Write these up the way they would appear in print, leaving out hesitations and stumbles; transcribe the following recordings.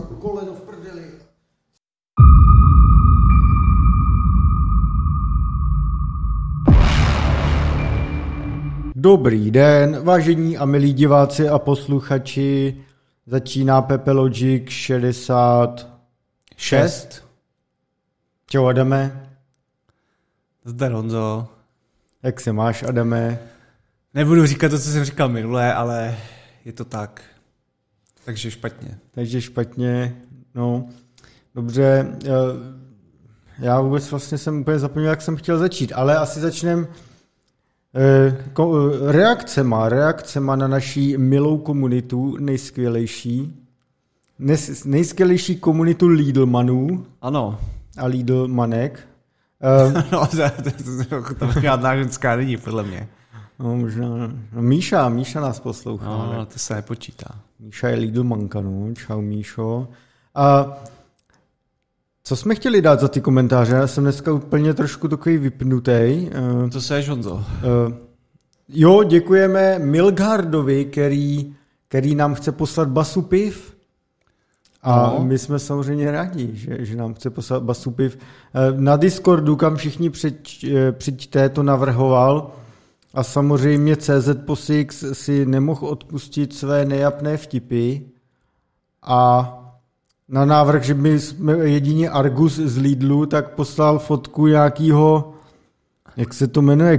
koleno v prdeli. Dobrý den, vážení a milí diváci a posluchači. Začíná Pepe Logic 66. Čau, Adame. Zdar, Honzo. Jak se máš, Adame? Nebudu říkat to, co jsem říkal minule, ale je to tak. Takže špatně, no. Dobře, já vůbec vlastně jsem úplně zapomněl, jak jsem chtěl začít, ale asi začneme reakcema na naší milou komunitu, nejskvělejší komunitu Lidlmanů. Ano. A Lidlmanek. No, to žádná ženská není, podle mě. No, možná. No, Míša nás poslouchá. No, to se nepočítá. Míša je Lidlmanka, no. Čau, Míšo. A co jsme chtěli dát za ty komentáře? Já jsem dneska úplně trošku takový vypnutý. To seš, Honzo. Jo, děkujeme Milgardovi, který nám chce poslat basu piv. A my jsme samozřejmě rádi, že nám chce poslat basu piv. Na Discordu, kam všichni přijďte, to navrhoval. A samozřejmě CZ Posix si nemohl odpustit své nejapné vtipy. A na návrh, že my jsme jedině Argus z Lidlu, tak poslal fotku nějakýho, jak se to jmenuje,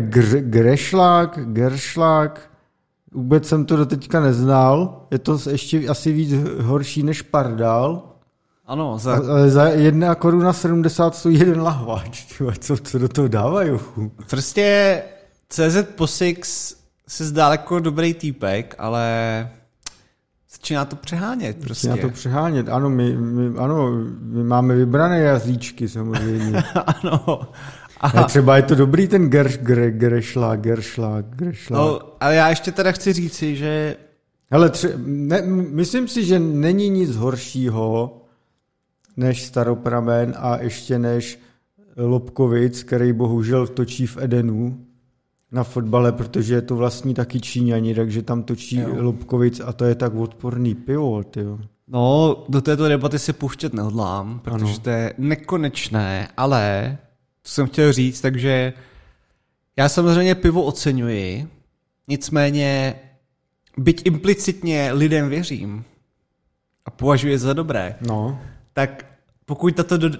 Geršlák. Vůbec jsem to doteďka neznal. Je to ještě asi víc horší než Pardal. Ano. Za 1,70 Kč stojí jeden lahváč. Co do toho dávají? Prostě CZ Posix se zdál jako dobrý týpek, ale začíná to přehánět. Ano, my máme vybrané jazyčky samozřejmě. Ano. A třeba je to dobrý ten Geršlák. No, ale já ještě teda chci říci, že... Hele, myslím si, že není nic horšího než Staropramen a ještě než Lobkovic, který bohužel točí v Edenu na fotbale, protože je to vlastní taky Číňani, takže tam točí Lobkovic a to je tak odporný pivo, tyjo. No, do této debaty se pouštět nehodlám, protože to je nekonečné, ale... Co jsem chtěl říct, takže já samozřejmě pivo oceňuji, nicméně byť implicitně lidem věřím a považuji je za dobré, tak pokud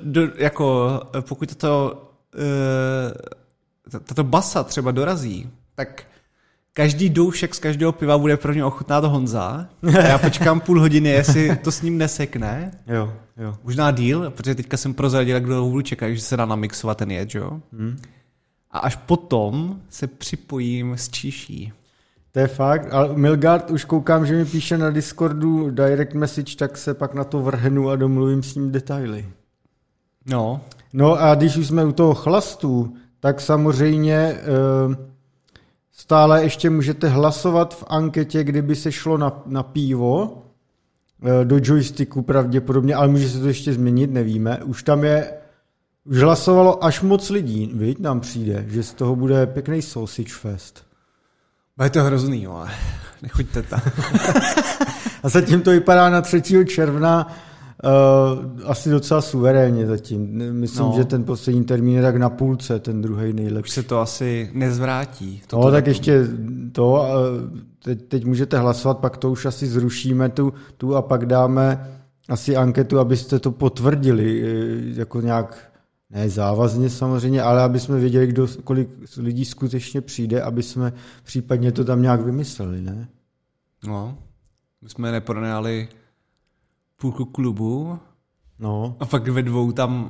tato basa třeba dorazí, tak každý doušek z každého piva bude pro ně ochutnat Honza. Já počkám půl hodiny, jestli to s ním nesekne. Jo. Možná díl, protože teďka jsem prozradil, jak dlouho budu čekat, že se dá namixovat ten jed, jo? A až potom se připojím s číší. To je fakt. A Milgard, už koukám, že mi píše na Discordu direct message, tak se pak na to vrhnu a domluvím s ním detaily. No a když už jsme u toho chlastu, tak samozřejmě... stále ještě můžete hlasovat v anketě, kdyby se šlo na pivo do joysticku pravděpodobně, ale může se to ještě změnit, nevíme. Už hlasovalo až moc lidí, viď, nám přijde, že z toho bude pěkný sausage fest. Bude to hrozný, ale nechoďte tam. A zatím to vypadá na 3. června asi docela suverénně zatím. Myslím, že ten poslední termín je tak na půlce, ten druhej nejlepší. Už se to asi nezvrátí. No, tak ještě to, teď můžete hlasovat, pak to už asi zrušíme tu a pak dáme asi anketu, abyste to potvrdili, jako nějak, ne závazně samozřejmě, ale aby jsme věděli, kolik lidí skutečně přijde, aby jsme případně to tam nějak vymysleli, ne? No, my jsme nepronajali půlku klubu a pak ve dvou tam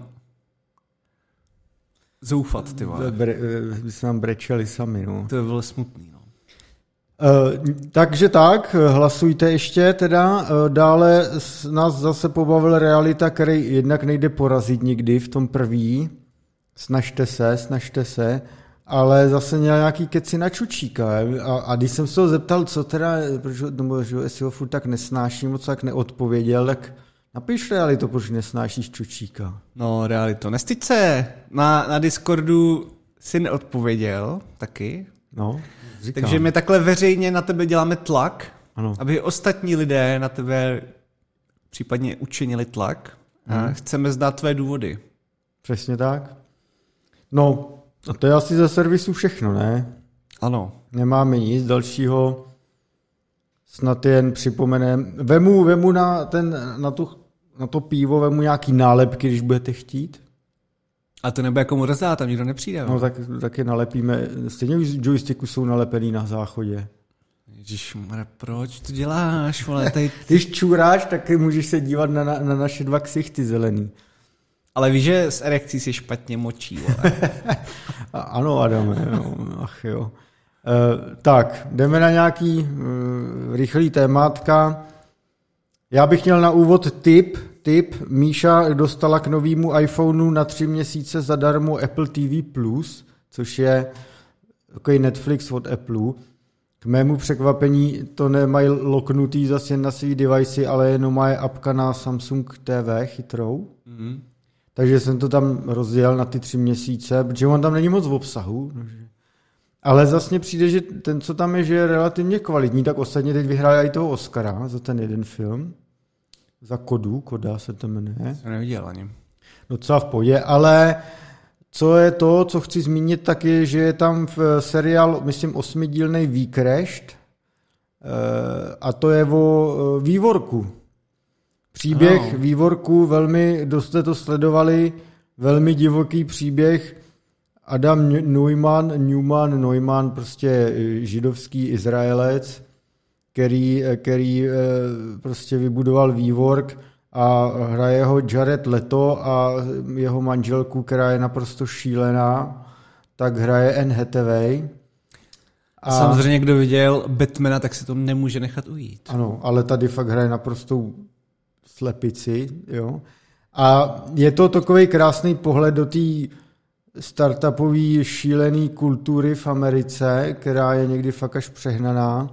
zoufat, ty vole. By se nám brečeli sami, no. To by bylo smutný, no. Takže tak, hlasujte ještě teda. Dále nás zase pobavil realita, který jednak nejde porazit nikdy v tom první. Snažte se. Ale zase měl nějaký keci na Čučíka. A když jsem se ho zeptal, co teda, protože jestli ho furt tak nesnáší, moc tak neodpověděl, tak napiš Realito, proč nesnášíš Čučíka. No, Realito, nestyď se. Na Discordu si neodpověděl taky. No, říkám. Takže my takhle veřejně na tebe děláme tlak, ano. Aby ostatní lidé na tebe případně učinili tlak. A chceme znát tvé důvody. Přesně tak. No, a to je asi ze servisu všechno, ne? Ano. Nemáme nic dalšího. Snad jen připomenem. Vemu na to pivo, vemu nějaký nálepky, když budete chtít. A to nebude jako mrzá, tam nikdo nepřijde. No tak je nalepíme. Stejně joysticku jsou nalepený na záchodě. Ježišmarja, proč to děláš, vole? Když čůráš, tak můžeš se dívat na naše 2 ksichty zelený. Ale víš, že s erekcí si špatně močí, vole. Ano, Adame, no, ach jo. Tak, jdeme na nějaký rychlý témátka. Já bych měl na úvod tip. Míša dostala k novému iPhoneu na 3 měsíce zadarmo Apple TV+, což je takový Netflix od Apple. K mému překvapení to nemají loknutý zase na svý devicey, ale jenom má apka na Samsung TV chytrou. Mm-hmm. Takže jsem to tam rozjel na ty 3 měsíce, protože on tam není moc v obsahu. Ale zase mně přijde, že ten, co tam je, že je relativně kvalitní, tak ostatně teď vyhráli i toho Oscara za ten jeden film. Za Koda se to jmenuje. Jsem neviděl ani. Docela v pohodě, ale co je to, co chci zmínit, tak je, že je tam v seriál, myslím, 8dílnej Výkrešt, a to je o vývorku. Příběh vývorku, dost jste to sledovali, velmi divoký příběh. Adam Neumann, prostě židovský Izraelec, který prostě vybudoval vývork a hraje ho Jared Leto a jeho manželku, která je naprosto šílená, tak hraje Anne Hathaway. A samozřejmě, kdo viděl Batmana, tak se to nemůže nechat ujít. Ano, ale tady fakt hraje naprostou slepici, jo. A je to takový krásný pohled do té startupové šílené kultury v Americe, která je někdy fakt až přehnaná,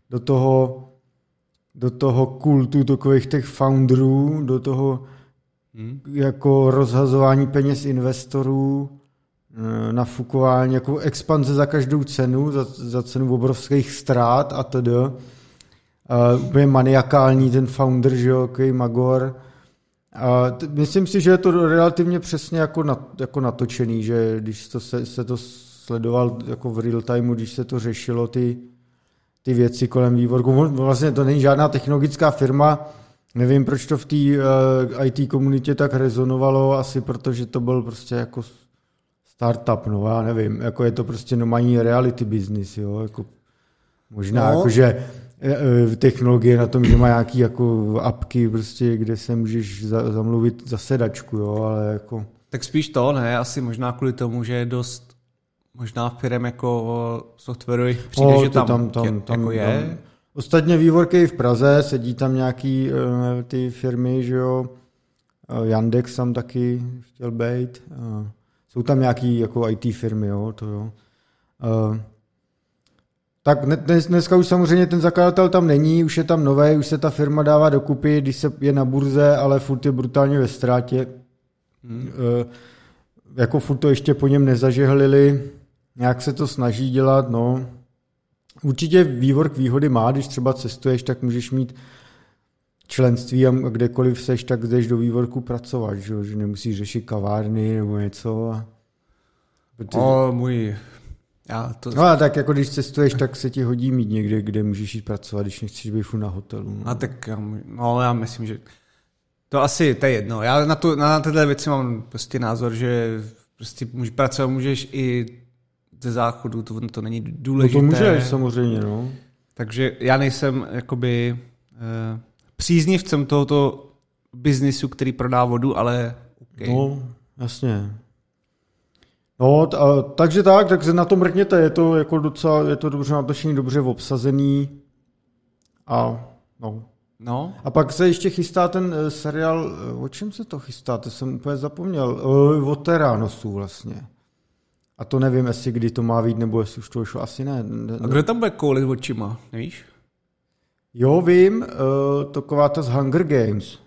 do toho kultu takových těch founderů, do toho jako rozhazování peněz investorů, nafukování, jako expanze za každou cenu, za cenu obrovských ztrát a td. Úplně maniakální ten founder, že jo, takový magor. A myslím si, že je to relativně přesně jako natočený, že když se to sledoval jako v real timeu, když se to řešilo ty věci kolem vývorku. Vlastně to není žádná technologická firma, nevím, proč to v té IT komunitě tak rezonovalo, asi protože to byl prostě jako startup, no já nevím, jako je to prostě normální reality business, jo, jako možná jakože technologie na tom, že má nějaký jako apky, prostě, kde se můžeš zamluvit za sedačku, jo, ale jako... Tak spíš to, ne, asi možná kvůli tomu, že je dost možná firem jako softwarových přijde, že tam jako je. Ostatně vývorky v Praze, sedí tam nějaký ty firmy, že jo, Yandex tam taky chtěl být, jsou tam nějaký jako IT firmy, jo, to jo. Tak dneska už samozřejmě ten zakladatel tam není, už je tam nový, už se ta firma dává dokupy, když se je na burze, ale furt je brutálně ve ztrátě. Jako furt to ještě po něm nezažehlili, nějak se to snaží dělat, no. Určitě vývork výhody má, když třeba cestuješ, tak můžeš mít členství a kdekoliv seš, tak jdeš do vývorku pracovat, že nemusíš řešit kavárny nebo něco. No a tak jako když cestuješ, tak se ti hodí mít někde, kde můžeš jít pracovat, když nechceš být furt na hotelu. No. A tak já myslím, že to asi, to je jedno. Já na tyhle věci mám prostě názor, že prostě pracovat můžeš i ze záchodu, to není důležité. No to můžeš samozřejmě, no. Takže já nejsem jakoby příznivcem tohoto biznisu, který prodá vodu, ale okay. No, jasně. No, takže se na to mrkněte, je to jako docela, je to dobře natočený, dobře obsazený a no. No. A pak se ještě chystá ten seriál, o čem se to chystá, to jsem úplně zapomněl, o Teránosu vlastně. A to nevím, jestli kdy to má být, nebo jestli už to šlo, asi ne. A kdo tam bude koulit očima, nevíš? Jo, vím, taková ta z Hunger Games.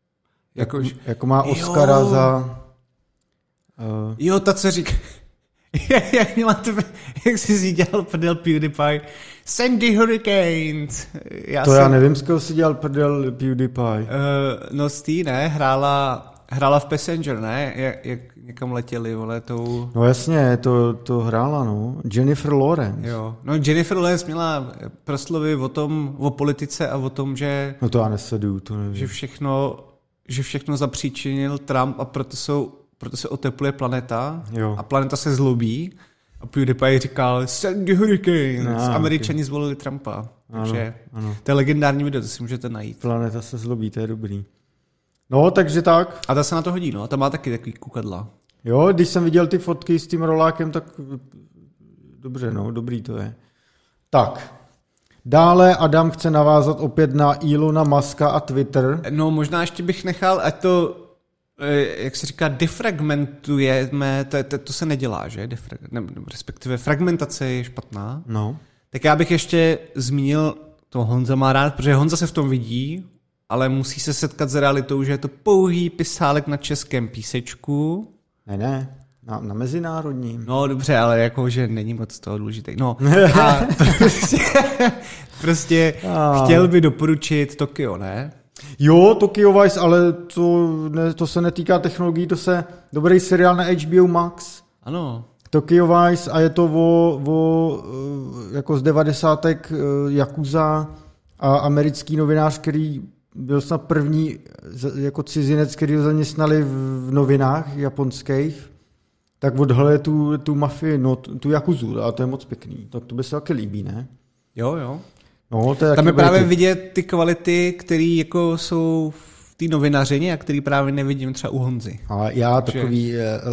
Jako má Oscara za... Jo, ta co říká... jak jsi si dělal prdel PewDiePie? Sandy Hurricanes. Já nevím, z koho si dělal prdel PewDiePie. No z tý, ne, hrála v Passenger, ne? Jak někam letěli, vole, tou... No jasně, to hrála, no. Jennifer Lawrence. Jo. No Jennifer Lawrence měla proslovy o politice a o tom, že... No to já nesleduju, to nevím. Že všechno zapříčinil Trump a proto se otepluje planeta. Jo. A planeta se zlobí. A PewDiePie říkal Sandy Hurricanes. Američani zvolili Trumpa. Takže ano. To je legendární video, to si můžete najít. Planeta se zlobí, to je dobrý. No, takže tak. A ta se na to hodí, no. A ta má taky takový kukadla. Jo, když jsem viděl ty fotky s tím rolákem, tak dobře, no, dobrý to je. Tak, dále Adam chce navázat opět na Elona Muska a Twitter. No, možná ještě bych nechal, ať to, jak se říká, defragmentujeme, to se nedělá, že? Respektive fragmentace je špatná. No. Tak já bych ještě zmínil, to Honza má rád, protože Honza se v tom vidí, ale musí se setkat s realitou, že je to pouhý pisálek na českém písečku. Ne, na mezinárodním. No dobře, ale jakože není moc toho důležitý. No a prostě chtěl by doporučit Tokio, ne? Jo, Tokyo Vice, ale to se netýká technologií, to se dobrý seriál na HBO Max. Ano. Tokyo Vice a je to jako z 90. Yakuza a americký novinář, který byl snad první jako cizinec, který ho zaměstnali v novinách japonských, tak odhaluje tu mafii, no, tu Yakuzu, a to je moc pěkný. Tak to by se taky líbí, ne? Jo. No, to je tam je právě vidět ty kvality, které jako jsou v té novinařině a který právě nevidím třeba u Honzy. A já takový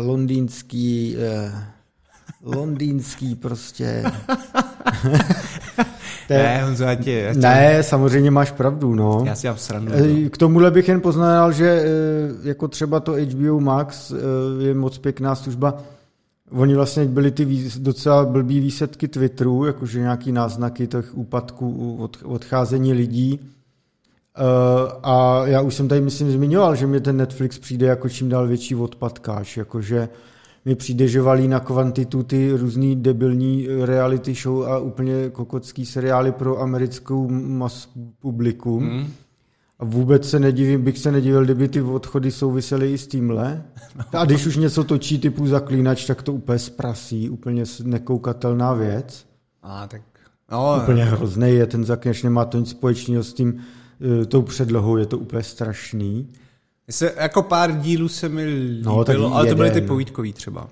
londýnský prostě... Ne, Honzo, Ne, samozřejmě máš pravdu, no. Já si mám srandu. K tomuhle bych jen poznamenal, že jako třeba to HBO Max je moc pěkná služba. Oni vlastně byly ty docela blbý výsledky Twitteru, jakože nějaký náznaky těch úpadků, odcházení lidí. A já už jsem tady, myslím, zmiňoval, že mě ten Netflix přijde jako čím dál větší odpadkáč, jakože mi přijde, že valí na kvantitu ty různý debilní reality show a úplně kokotský seriály pro americkou publikum. A vůbec bych se nedivil, kdyby ty odchody souvisely i s tímhle. A když už něco točí typu Zaklínač, tak to úplně zprasí, úplně nekoukatelná věc. Tak. Úplně hrozný je ten Zaklínač, nemá to nic společného s tím, tou předlohou, je to úplně strašný. Jako pár dílů se mi líbilo, ale to byly ty povídkový třeba.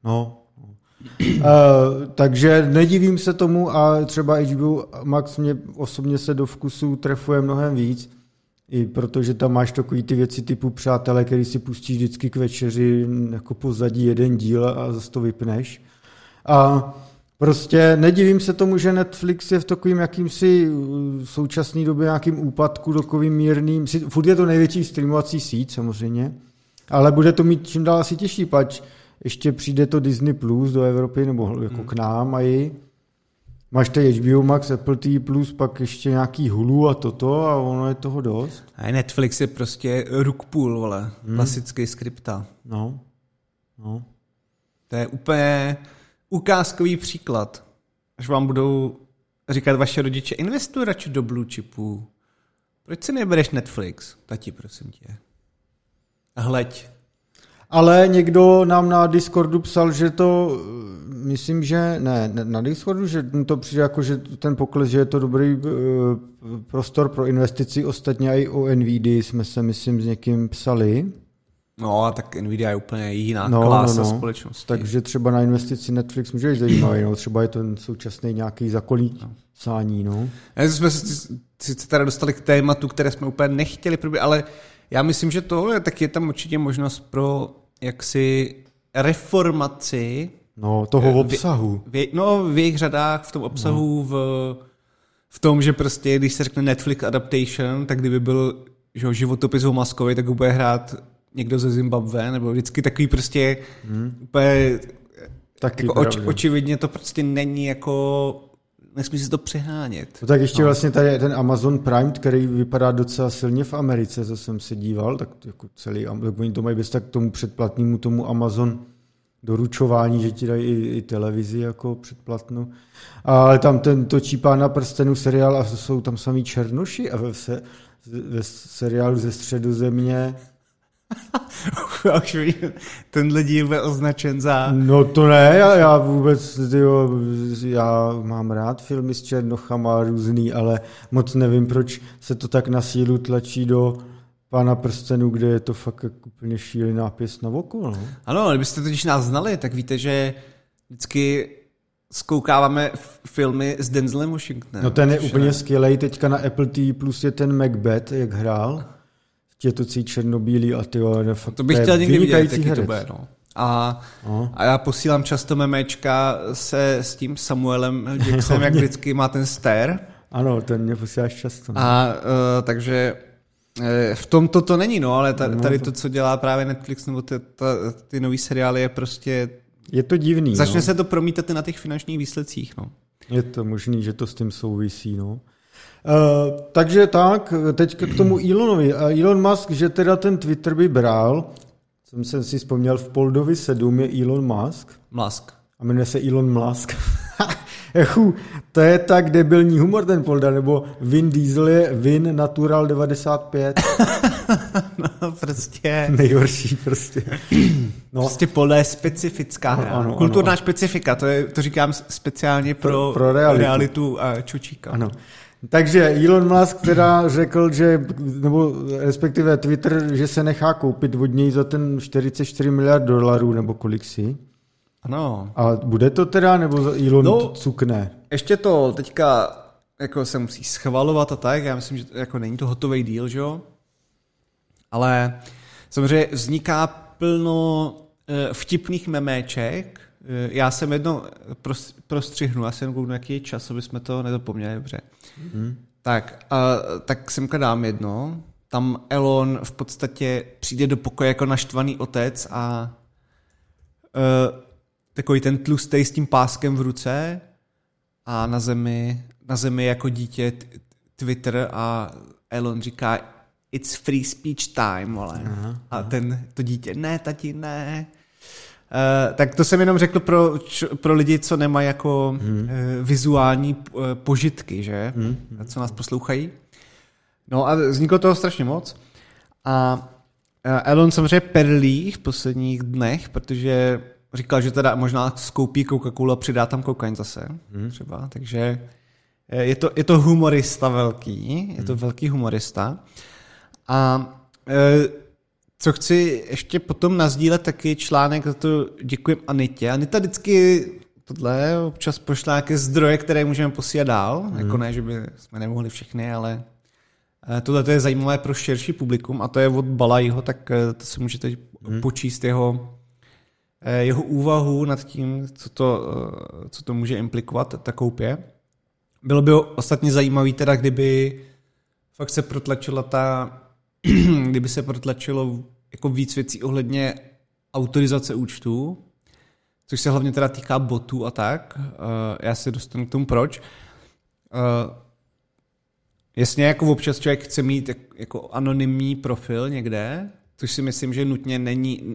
Takže nedivím se tomu a třeba HBO Max mě osobně se do vkusu trefuje mnohem víc, i protože tam máš takový ty věci typu Přátelé, který si pustíš vždycky k večeři jako pozadí jeden díl a zase to vypneš. A prostě nedivím se tomu, že Netflix je v takovým jakýmsi v současné době nějakým úpadku, takovým mírným, furt je to největší streamovací síť samozřejmě, ale bude to mít čím dál asi těžší, pač ještě přijde to Disney Plus do Evropy, nebo jako k nám mají. Máš tady HBO Max, Apple TV Plus, pak ještě nějaký Hulu a toto a ono je toho dost. A Netflix je prostě rukpůl, vole, klasický skripta. No. To je úplně ukázkový příklad. Až vám budou říkat vaše rodiče, investuj radši do blue chipů. Proč si nebereš Netflix? Tati, prosím tě. A hleď. Ale někdo nám na Discordu psal, že to, myslím, že ne, na Discordu, že to přijde jako, že ten pokles, že je to dobrý prostor pro investici, ostatně i o Nvidia jsme se, myslím, s někým psali. No a tak Nvidia je úplně jiná klása společnosti. Takže třeba na investici Netflix může být zajímavý, třeba je to současný nějaký zakolísání. Jsme sice teda dostali k tématu, které jsme úplně nechtěli probít, ale já myslím, že tohle, tak je tam určitě možnost pro jaksi reformaci toho obsahu. V jejich řadách, v tom obsahu, v tom, že prostě, když se řekne Netflix adaptation, tak kdyby byl životopis o Muskovi, tak ho bude hrát někdo ze Zimbabwe, nebo vždycky takový prostě úplně taky jako očividně to prostě není jako nesmí si to přehánět. No tak ještě vlastně tady ten Amazon Prime, který vypadá docela silně v Americe, co jsem se díval, tak jako celý, oni to mají bez tak tomu předplatnému tomu Amazon doručování, že ti dají i televizi jako předplatnu. Ale tam ten točí Pána prstenů seriál a jsou tam samý černoši a ve seriálu ze Středozemě. Tenhle díl je označen za... No to ne, já vůbec, já mám rád filmy s černochama různý, ale moc nevím, proč se to tak na sílu tlačí do Pána prstenů, kde je to fakt úplně šílený nápis na oko. No? Ano, kdybyste totiž nás znali, tak víte, že vždycky zkoukáváme filmy s Denzelem Washingtonem. No ten je úplně skvělej, teďka na Apple TV Plus je ten Macbeth, jak hrál. Je to černobílý a fakt to bych chtěl někdy vidět, jaký to bude. No. A já posílám často memečka se s tím Samuelem Jacksonem, jak vždycky má ten stare. Ano, ten mě posíláš často. No. A takže v tom to není, no, ale tady to, co dělá právě Netflix, nebo ty nový seriály je prostě... Je to divný. Začne se to promítat i na těch finančních výsledcích, no. Je to možný, že to s tím souvisí, no. Takže tak, teď k tomu Elonovi. Elon Musk, že teda ten Twitter by bral, jsem si vzpomněl, v Poldovi 7 je Elon Musk. A jmenuje se Elon Musk. To je tak debilní humor ten Polda, nebo Vin Diesel je Vin Natural 95. No prostě. Nejhorší prostě. No. Prostě Polda je specifická hra. Ano, kulturná specifika, to říkám speciálně pro realitu a čučíka. Ano. Takže Elon Musk teda řekl, že, nebo respektive Twitter, že se nechá koupit od něj za ten 44 miliard dolarů, nebo kolik si. Ano. A bude to teda, nebo Elon cukne? Ještě to teďka jako se musí schvalovat a tak, já myslím, že jako není to hotový deal, že jo? Ale samozřejmě vzniká plno vtipných meméček. Já jsem jedno prostřihnu, já jsem kouknu, jaký je čas, aby jsme to nezapomněli, dobře. Tak semka dám jedno. Tam Elon v podstatě přijde do pokoje jako naštvaný otec a takový ten tlustej s tím páskem v ruce a na zemi jako dítě Twitter a Elon říká it's free speech time, vole. A to dítě, ne, tati, ne. Tak to jsem jenom řekl pro lidi, co nemají jako vizuální požitky, že? Co nás poslouchají. No a vzniklo toho strašně moc. A Elon samozřejmě perlí v posledních dnech, protože říkal, že teda možná skoupí Coca-Cola a přidá tam kokain zase. Třeba. Takže je to humorista velký. Je to velký humorista. A co chci ještě potom nazdílet, taky článek, za to děkujem Anitě. Anita vždycky tohle občas pošla nějaké zdroje, které můžeme posílat dál. Jako ne, že by jsme nemohli všechny, ale tohle je zajímavé pro širší publikum a to je od Balajího, tak to si můžete počíst jeho úvahu nad tím, co to může implikovat, ta koupě. Bylo by ostatně zajímavé teda, kdyby fakt se protlačilo jako víc věcí ohledně autorizace účtů, což se hlavně teda týká botů a tak. Já se dostanu k tomu proč. Jasně, jako občas člověk chce mít jako anonymní profil někde, což si myslím, že nutně není...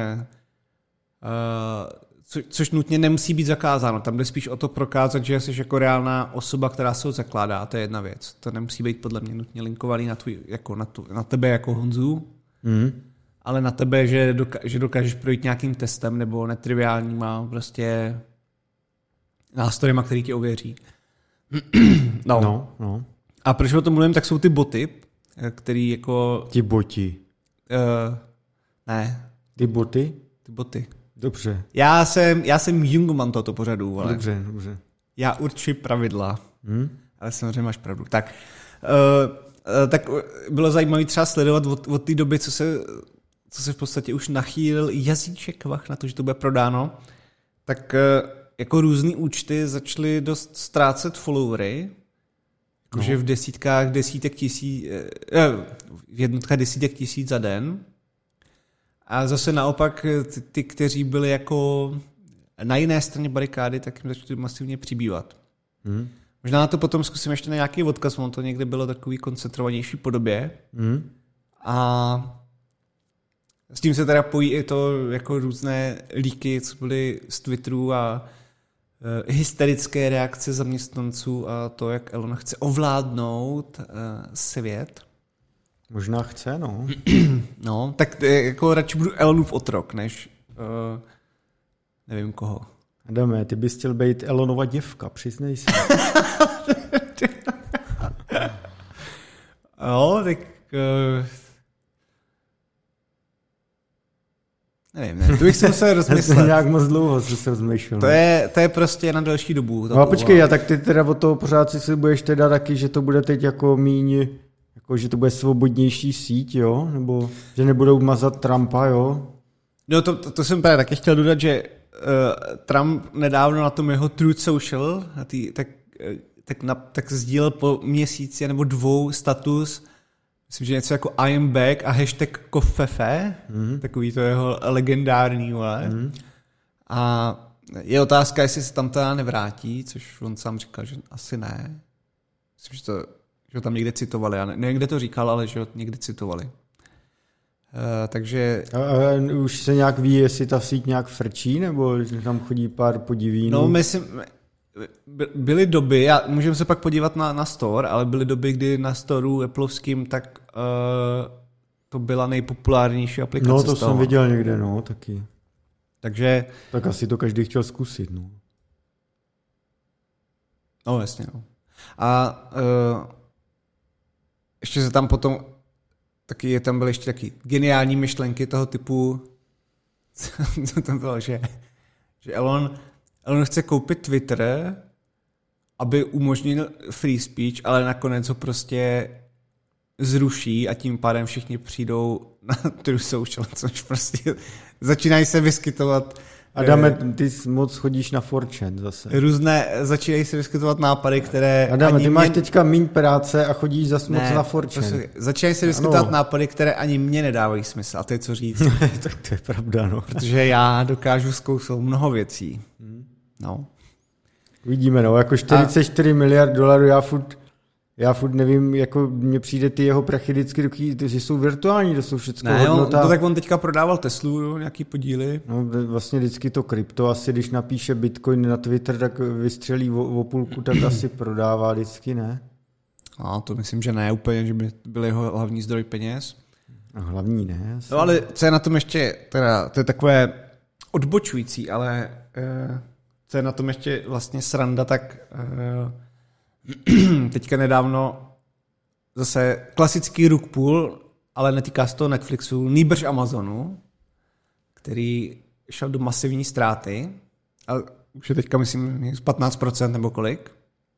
což nutně nemusí být zakázáno. Tam jde spíš o to prokázat, že jsi jako reálná osoba, která se ho zakládá. To je jedna věc. To nemusí být podle mě nutně linkovaný na tebe jako Honzu, ale na tebe, že dokážeš projít nějakým testem nebo netriviálníma prostě nástrojema, který ti ověří. No. A proč o tom mluvím, tak jsou ty boty, který jako... Ti boti. Ne. Ty boty? Ty boty. Dobře. Já jsem Jungman tohoto pořadu, ale... Dobře. Já určuji pravidla, ale samozřejmě máš pravdu. Tak bylo zajímavé třeba sledovat od té doby, co se v podstatě už nachýlil jazyček vach na to, že to bude prodáno, tak jako různý účty začaly dost ztrácet followery, jakože v jednotkách desítek tisíc za den. A zase naopak ty, kteří byli jako na jiné straně barikády, tak jim začali masivně přibývat. Možná to potom zkusím ještě na nějaký odkaz, ono to někde bylo takový koncentrovanější podobě. A S tím se teda pojí i to jako různé líky, co byly z Twitteru a hysterické reakce zaměstnanců a to, jak Elon chce ovládnout svět. Možná chce, no. No, tak jako radši budu Elonův otrok, než nevím koho. Adame, ty bys chtěl být Elonova děvka, přiznej se. No, tak... nevím, to bych si musel rozmyslet. Nějak moc dlouho se rozmýšlel. To je prostě na delší dobu. No a počkej, a tak ty teda od toho pořád si slibuješ teda taky, že to bude teď jako míň, jako že to bude svobodnější síť, jo? Nebo že nebudou mazat Trumpa, jo? No to jsem právě taky chtěl dodat, že Trump nedávno na tom jeho Truth Social, tak sdílel po měsíci nebo 2 status, myslím, že něco jako I am back a hashtag kofefe, takový to jeho legendární, a je otázka, jestli se tam teda nevrátí, což on sám říkal, že asi ne. Myslím, že ho tam někde citovali, já nevím, kde to říkal, ale že ho někde citovali. Takže... A už se nějak ví, jestli ta síť nějak frčí, nebo tam chodí pár podivínů? No, myslím, byly doby, můžeme se pak podívat na store, ale byly doby, kdy na storeu Appleovským tak to byla nejpopulárnější aplikace. No, to jsem viděl někde, no, taky. Takže... Tak asi to každý chtěl zkusit, no. No, jasně, no. A ještě se tam potom taky tam byly ještě taky geniální myšlenky toho typu, co tam bylo, že Elon chce koupit Twitter, aby umožnil free speech, ale nakonec ho prostě zruší a tím pádem všichni přijdou na Truth Social, což prostě začínají se vyskytovat. Adame, ty moc chodíš na 4chan zase. Začínají se vyskytovat nápady, které... Adame, ty máš teďka míň práce a chodíš zase moc na 4chan. Začínají se vyskytovat nápady, které ani mě nedávají smysl. A to je co říct. Tak to je pravda, no. Protože já dokážu zkoušet mnoho věcí. No. Vidíme, no, jako 44 miliard dolarů, já furt nevím, jako mně přijde ty jeho prachy vždycky, že jsou virtuální, to jsou všechno hodnota. No, tak on teďka prodával Teslu, nějaký podíly. No, vlastně vždycky to krypto, asi když napíše Bitcoin na Twitter, tak vystřelí o půlku, tak asi prodává vždycky, ne? No, to myslím, že ne úplně, že by byl jeho hlavní zdroj peněz. No, hlavní ne. Asi. No, ale co je na tom ještě, teda, to je takové odbočující, ale co je na tom ještě vlastně sranda, tak teďka nedávno zase klasický rug pull, ale netýká se toho Netflixu, nýbrž Amazonu, který šel do masivní ztráty, a už je teďka, myslím, 15% nebo kolik.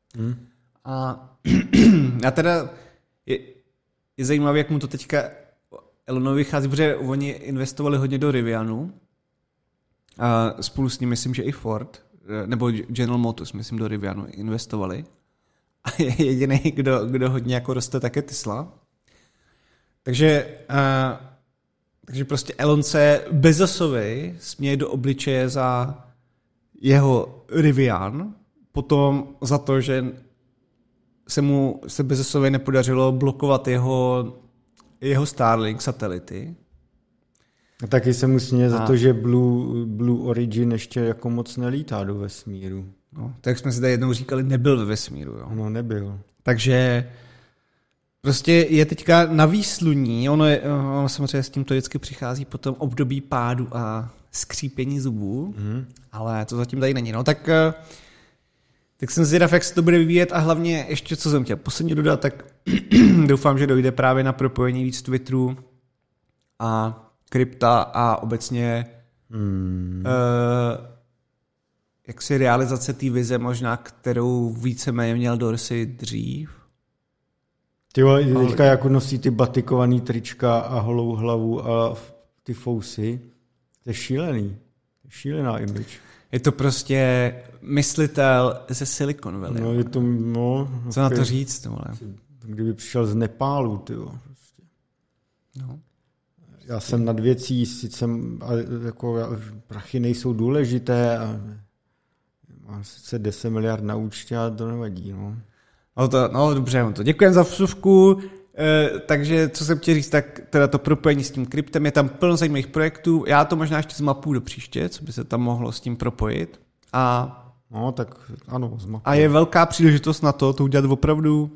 A teda je zajímavé, jak mu to teďka Elonovi vychází, protože oni investovali hodně do Rivianu a spolu s ním myslím, že i Ford, nebo General Motors, myslím, do Rivianu investovali. A je jediný, kdo hodně jako roste, tak je Tesla. Takže prostě Elon se Bezosovi směje do obličeje za jeho Rivian, potom za to, že se Bezosovi nepodařilo blokovat jeho Starlink satelity. A taky se mu směje za to, že Blue Origin ještě jako moc nelítá do vesmíru. No, tak jsme si tady jednou říkali, nebyl ve vesmíru. Jo. No, nebyl. Takže prostě je teďka na výsluní, ono samozřejmě s tím to vždycky přichází potom období pádu a skřípění zubů, ale to zatím tady není. No, tak jsem zvědav, jak se to bude vyvíjet a hlavně ještě, co jsem chtěl posledně dodat, tak doufám, že dojde právě na propojení víc Twitteru a krypta a obecně jaksi realizace té vize možná, kterou víceméně měl Dorsey dřív. Teďka jako nosí ty batikovaný trička a holou hlavu a ty fousy. To je šílený. Šílená image. Je to prostě myslitel ze Silicon Valley. No, je to, co na to říct? Vole? Kdyby přišel z Nepálu, prostě. No. Já jsem nad věcí, sice jako, prachy nejsou důležité a mám sice 10 miliard na účtě a to nevadí. No, No dobře, děkujeme za vsuvku. Takže, co jsem chtěl říct, tak teda to propojení s tím kryptem, je tam plno zajímavých projektů, já to možná ještě zmapuju do příště, co by se tam mohlo s tím propojit. No, tak ano, zmapuju. A je velká příležitost na to udělat opravdu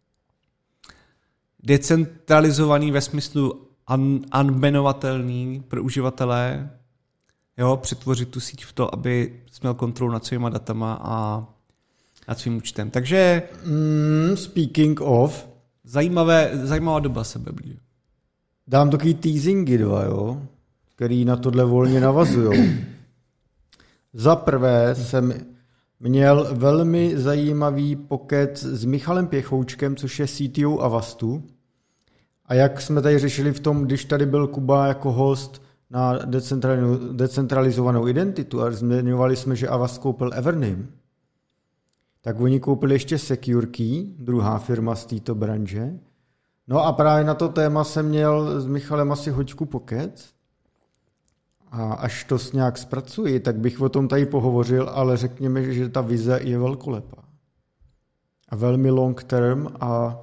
decentralizovaný ve smyslu unbanovatelný pro uživatele, jo, přetvořit tu síť v to, aby jsi měl kontrolu nad svýma datama a nad svým účtem. Takže speaking of, zajímavá doba se blíží. Dám takový teasingy dva, jo, který na tohle volně navazujou. Za prvé jsem měl velmi zajímavý pokec s Michalem Pěchoučkem, což je CTO Avastu. A jak jsme tady řešili v tom, když tady byl Kuba jako host na decentralizovanou identitu a zmiňovali jsme, že Avast koupil Evername, tak oni koupili ještě SecureKey, druhá firma z této branže. No a právě na to téma jsem měl s Michalem asi hoďku pokec. A až to nějak zpracuji, tak bych o tom tady pohovořil, ale řekněme, že ta vize je velkolepá. A velmi long term a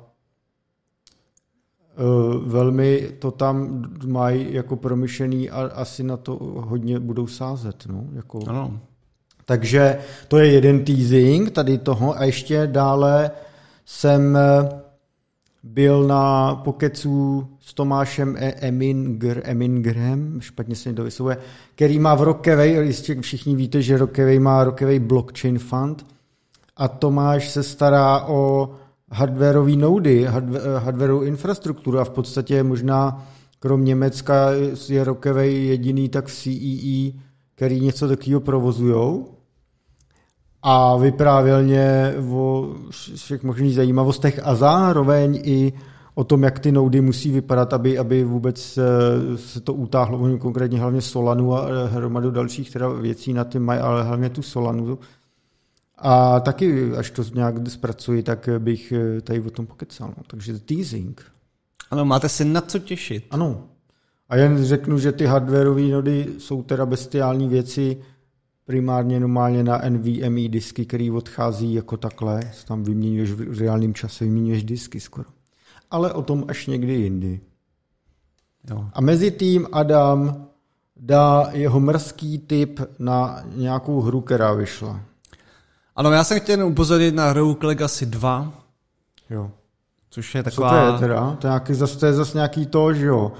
velmi to tam mají jako promyšlený a asi na to hodně budou sázet. No? Jako. Ano. Takže to je jeden teasing tady toho a ještě dále jsem byl na pokecu s Tomášem Emingerem, špatně se mi to vyslovuje, který má v Rockaway, jistě všichni víte, že Rockaway má Rockaway Blockchain Fund a Tomáš se stará o hardwareové nody, hardwareovou infrastrukturu a v podstatě možná krom Německa je Rockaway jediný tak v CEE, který něco takového provozujou. A vyprávěl mě o všech možných zajímavostech a zároveň i o tom, jak ty nody musí vypadat, aby vůbec se to utáhlo, konkrétně hlavně Solanu a hromadu dalších teda věcí na tím mají, ale hlavně tu Solanu. A taky, až to nějak zpracuji, tak bych tady o tom pokecal. No. Takže teasing. Ano, máte se na co těšit. Ano. A jen řeknu, že ty hardwareové nody jsou teda bestiální věci, primárně normálně na NVMe disky, který odchází jako takhle, tam vyměňuješ v reálném čase, vyměňuješ disky skoro. Ale o tom až někdy jindy. Jo. A mezi tím Adam dá jeho mrzký tip na nějakou hru, která vyšla. Ano, já jsem chtěl upozornit na Rogue Legacy 2. Jo. Což je taková... Co to je teda? To je zase nějaký to, že jo.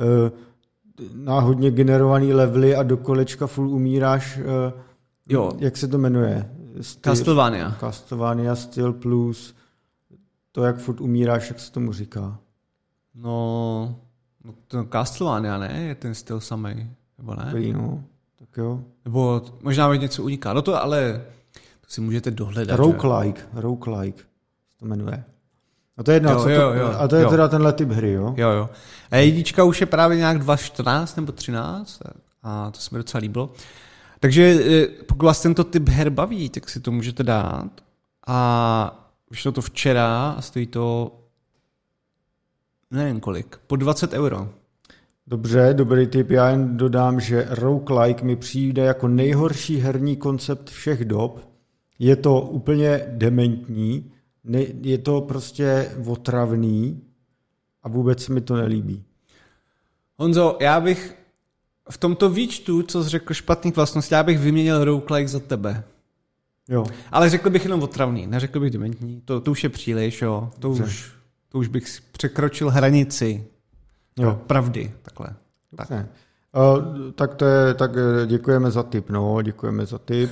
Náhodně generovaný levely a do kolečka full umíráš. Jo. Jak se to jmenuje? Castlevania Styl plus. To, jak furt umíráš, jak se tomu říká? No to Castlevania, ne? Je ten styl samej, nebo ne? No, tak jo. Nebo možná mi něco uniká. No to ale to si můžete dohledat. Roguelike to jmenuje. A to je jedno, a to je teda tenhle typ hry, jo? Jo. A jednička už je právě nějak 2014 nebo 13 a to se mi docela líbilo. Takže pokud vás tento typ her baví, tak si to můžete dát. A vyšlo to včera a stojí to nevím kolik, po 20 €. Dobře, dobrý tip. Já jen dodám, že roguelike mi přijde jako nejhorší herní koncept všech dob. Je to úplně dementní, je to prostě otravný a vůbec mi to nelíbí. Honzo, já bych v tomto výčtu, co jsi řekl špatných vlastností, já bych vyměnil roguelike za tebe. Jo. Ale řekl bych jenom otravný, neřekl bych dementní. To už je příliš, jo. To už bych překročil hranici pravdy. Takhle. Tak. Tak děkujeme za tip, děkujeme za tip.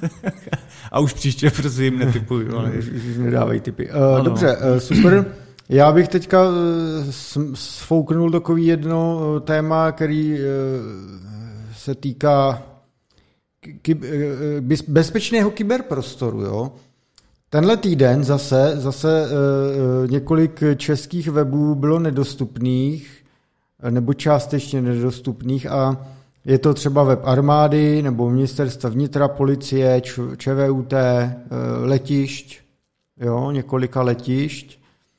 A už příště prosím netipuju. Už nedávají tipy. Dobře, super. Já bych teďka sfouknul takový jedno téma, který se týká bezpečného kyberprostoru. Jo? Tenhle týden zase několik českých webů bylo nedostupných, nebo částečně nedostupných a je to třeba web armády nebo ministerstva vnitra, policie, ČVUT, letišť, jo, několika letišť,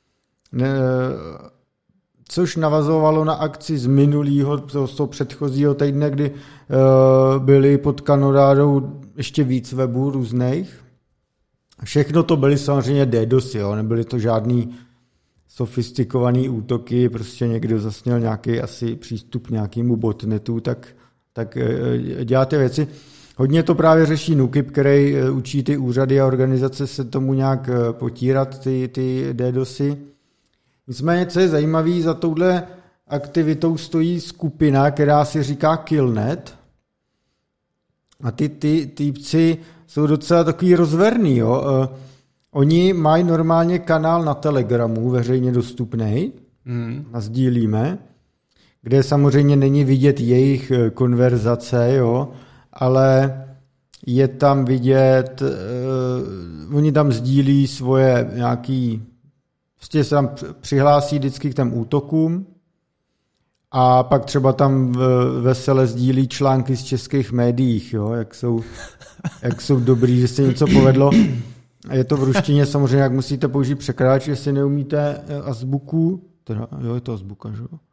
což navazovalo na akci z minulého, z toho předchozího týdne, kdy byly pod kanonádou ještě víc webů různých. Všechno to byly samozřejmě DDoSy, jo, nebyly to žádný sofistikovaný útoky, prostě někdo zase měl nějaký asi přístup k nějakému botnetu, tak dělá ty věci. Hodně to právě řeší NÚKIB, který učí ty úřady a organizace se tomu nějak potírat, ty DDoSy. Nicméně, co je zajímavé, za touhle aktivitou stojí skupina, která si říká Killnet. A ty týpci jsou docela takový rozverný. Jo? Oni mají normálně kanál na Telegramu, veřejně dostupný, a sdílíme, kde samozřejmě není vidět jejich konverzace, jo? Ale je tam vidět, oni tam sdílí svoje nějaký, prostě se tam přihlásí vždycky k těm útokům a pak třeba tam vesele sdílí články z českých médiích, jo? Jak jsou dobrý, že se něco povedlo. Je to v ruštině samozřejmě, jak musíte použít překladač, jestli neumíte azbuku, teda, jo, je to azbuka, že jo.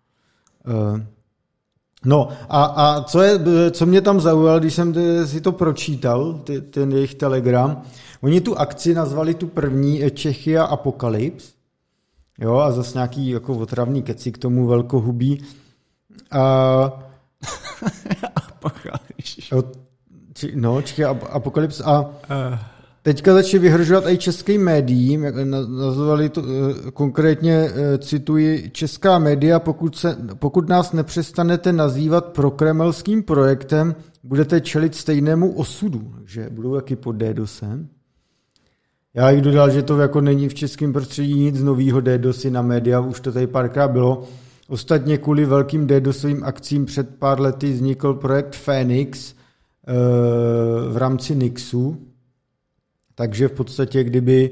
No a co mě tam zaujalo, když jsem si to pročítal, ten jejich Telegram, oni tu akci nazvali tu první Czechia Apocalypse, jo, a zase nějaký jako otravný keci k tomu velkohubí. Czechia Apocalypse a teďka začali vyhrožovat i českým médiím, jak nazvali to konkrétně, cituji, česká média, pokud nás nepřestanete nazývat prokremelským projektem, budete čelit stejnému osudu, že budou taky pod DDoSem. Já jich dodal, že to jako není v českém prostředí nic novýho DDoSy na média, už to tady párkrát bylo. Ostatně kvůli velkým DDoSovým akcím před pár lety vznikl projekt Phoenix v rámci Nixu. Takže v podstatě, kdyby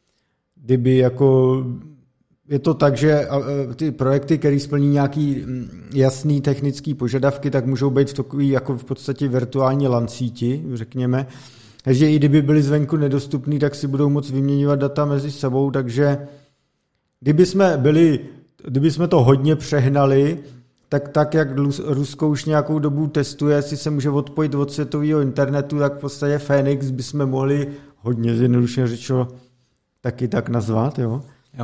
jako je to tak, že ty projekty, které splní nějaký jasný technický požadavky, tak můžou být v takový jako v podstatě virtuální LAN síti, řekněme. Takže i kdyby byly zvenku nedostupný, tak si budou moct vyměňovat data mezi sebou, takže kdyby jsme to hodně přehnali, tak jak Rusko už nějakou dobu testuje, jestli se může odpojit od světového internetu, tak v podstatě Phoenix bychom mohli hodně zjednodušeně řečeno taky tak nazvat. Jo?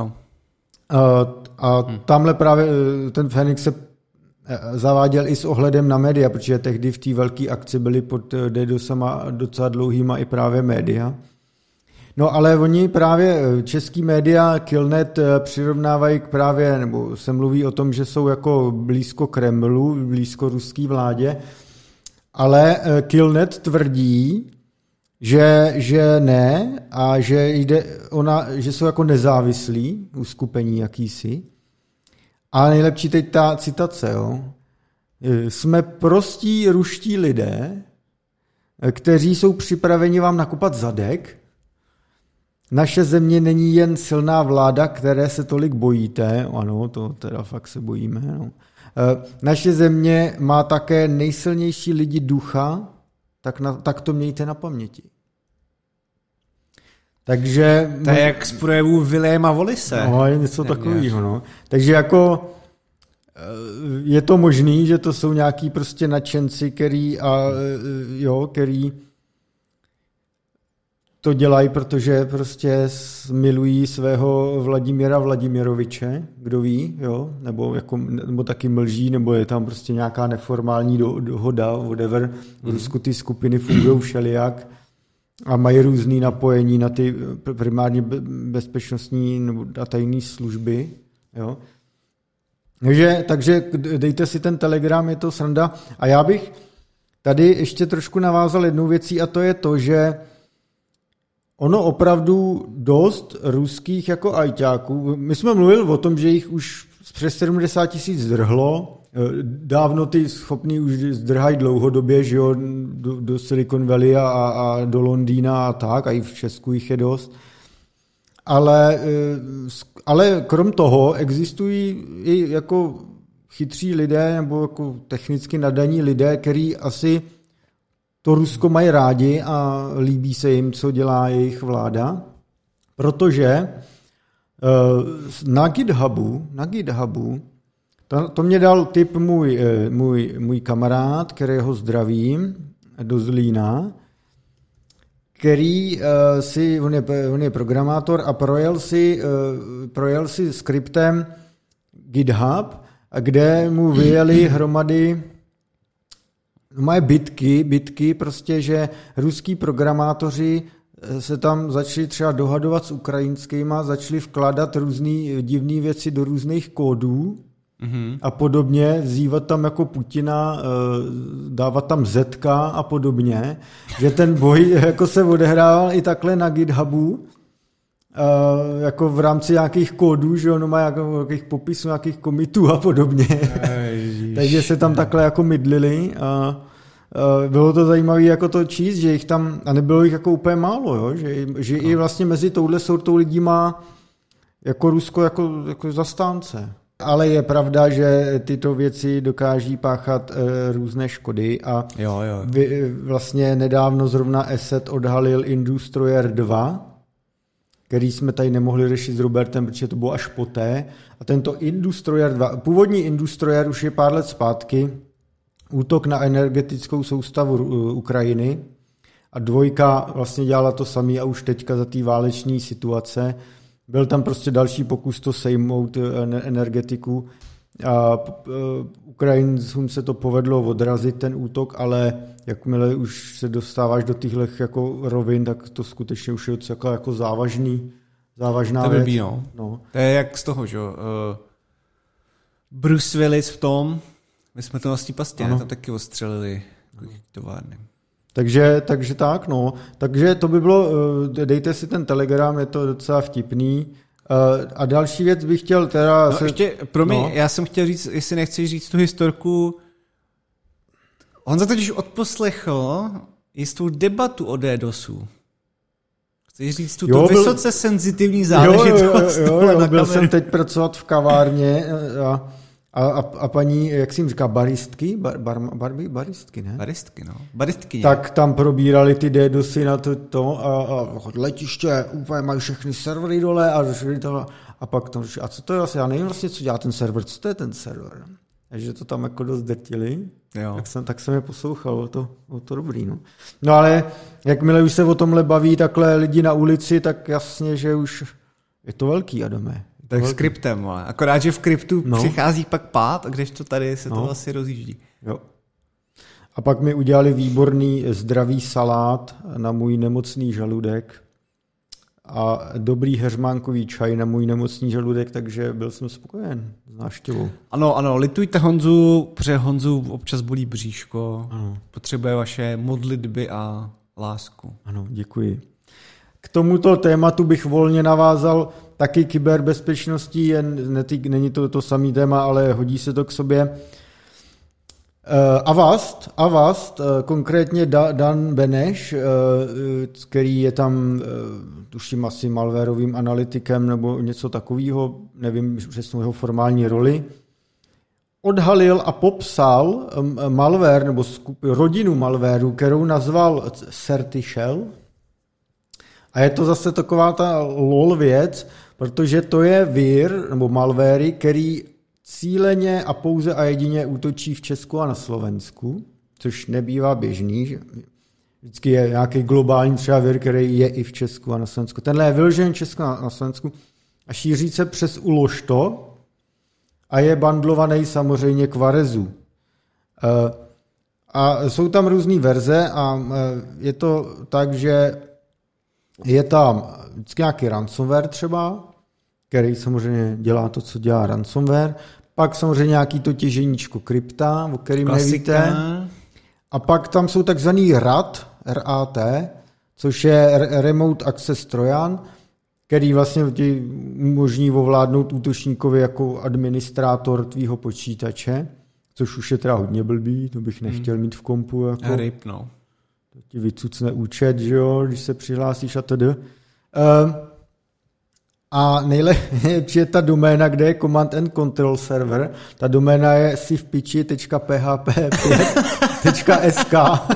A tamhle právě ten Phoenix se zaváděl i s ohledem na média, protože tehdy v té velké akci byly pod DDoSama docela dlouhýma i právě média. No ale oni právě český média Killnet přirovnávají k právě, nebo se mluví o tom, že jsou jako blízko Kremlu, blízko ruský vládě, ale Killnet tvrdí, že ne a že že jsou jako nezávislí uskupení jakýsi. A nejlepší teď ta citace, jo. Jsme prostí ruští lidé, kteří jsou připraveni vám nakopat zadek. Naše země není jen silná vláda, které se tolik bojíte. Ano, to teda fakt se bojíme. No. Naše země má také nejsilnější lidi ducha, tak to mějte na paměti. Takže... To je jak z projevu Williama Wallise. No, je něco takového, no. Takže jako je to možný, že to jsou nějaký prostě nadšenci, který to dělají, protože prostě milují svého Vladimíra Vladimiroviče, kdo ví, jo, nebo taky mlží, nebo je tam prostě nějaká neformální dohoda, whatever. V Rusku ty skupiny fungují všelijak a mají různý napojení na ty primárně bezpečnostní nebo tajné služby, jo. Takže dejte si ten Telegram, je to sranda. A já bych tady ještě trošku navázal jednou věcí, a to je to, že ono opravdu dost ruských jako ajťáků, my jsme mluvili o tom, že jich už přes 70 000 zdrhlo, dávno ty schopní už zdrhají dlouhodobě, že jo, do Silicon Valley a do Londýna a tak, a i v Česku jich je dost. Ale krom toho existují i jako chytří lidé nebo jako technicky nadaní lidé, kteří asi to Rusko mají rádi a líbí se jim, co dělá jejich vláda, protože na GitHubu, to mě dal tip můj kamarád, kterého zdravím, do Zlína, který on je programátor a projel si skriptem GitHub, kde mu vyjeli hromady moje bitky prostě, že ruský programátoři se tam začali třeba dohadovat s ukrajinskýma, začali vkládat různý divné věci do různých kódů a podobně, vzývat tam jako Putina, dávat tam zetka a podobně, že ten boj jako se odehrával i takhle na GitHubu, jako v rámci nějakých kódů, že ono má nějakých popisů, nějakých komitů a podobně. Takže se tam takhle jako mydlili a bylo to zajímavé jako to číst, že jich tam, a nebylo jich jako úplně málo, jo? Že i vlastně mezi touhle sortou lidí má jako Rusko jako zastánce. Ale je pravda, že tyto věci dokáží páchat různé škody a vlastně nedávno zrovna Asset odhalil Industroyer 2, který jsme tady nemohli řešit s Robertem, protože to bylo až poté. A tento Industroyer 2, původní Industroyer už je pár let zpátky, útok na energetickou soustavu Ukrajiny a 2 vlastně dělala to samé a už teďka za té váleční situace. Byl tam prostě další pokus to sejmout energetiku a Ukrajincům se to povedlo odrazit ten útok, ale jakmile už se dostáváš do těchto jako rovin, tak to skutečně už je jako závažná věc. No. To je jak z toho, že Bruce Willis v tom, my jsme to vlastně pastě, tam taky ostřelili továrny. Takže tak, no. Takže to by bylo, dejte si ten Telegram, je to docela vtipný. A další věc bych chtěl teda... já jsem chtěl říct, jestli nechceš říct tu historku. On za totiž odposlechl jistou debatu o DDoSu. Chceš říct tuto vysoce senzitivní záležitost? Jo, byl jsem teď pracovat v kavárně a paní, jak si jim říká, baristky? Baristky, ne? Baristky, no. Baristky. Tak tam probírali ty DDoSy na to a letiště, úplně mají všechny servery dole a pak tam říká, a co to je vlastně? Já nevím vlastně, co dělá ten server, co to je ten server? Takže to tam jako dost drtili. Tak jsem je poslouchal, o to dobrý. No ale jakmile už se o tomhle baví takhle lidi na ulici, tak jasně, že už je to velký, Adame. Tak skriptem, ale akorát, že v kryptu přichází pak pád, a kdežto tady se to asi rozjíždí. Jo. A pak mi udělali výborný zdravý salát na můj nemocný žaludek a dobrý heřmánkový čaj na můj nemocný žaludek, takže byl jsem spokojen s návštěvou. Ano, litujte Honzu, protože Honzu občas bolí bříško, potřebuje vaše modlitby a lásku. Ano, děkuji. K tomuto tématu bych volně navázal taky kyberbezpečností, není to samý téma, ale hodí se to k sobě. Avast, konkrétně Dan Beneš, který je tam, tuším asi malwareovým analytikem nebo něco takového, nevím přesnou jeho formální roli, odhalil a popsal malware nebo rodinu malwareu, kterou nazval Certishell. A je to zase taková ta lol věc, protože to je vir nebo malware, který cíleně a pouze a jedině útočí v Česku a na Slovensku, což nebývá běžný. Že vždycky je nějaký globální třeba vir, který je i v Česku a na Slovensku. Tenhle je vyložen Česku a na Slovensku a šíří se přes Uložto a je bandlovaný samozřejmě k Varezu. A jsou tam různé verze a je to tak, že je tam vždycky nějaký ransomware třeba, který samozřejmě dělá to, co dělá ransomware. Pak samozřejmě nějaký to těženíčko krypta, o kterým nevíte. A pak tam jsou takzvaný RAT, což je Remote Access Trojan, který vlastně ti umožní ovládnout útočníkovi jako administrátor tvýho počítače, což už je teda hodně blbý, to bych nechtěl mít v kompu. Jako. To ti vycucne účet, že jo, když se přihlásíš a tedy. A nejlepší je ta doména, kde je Command and Control server. Ta doména je sivpiči.php5.sk.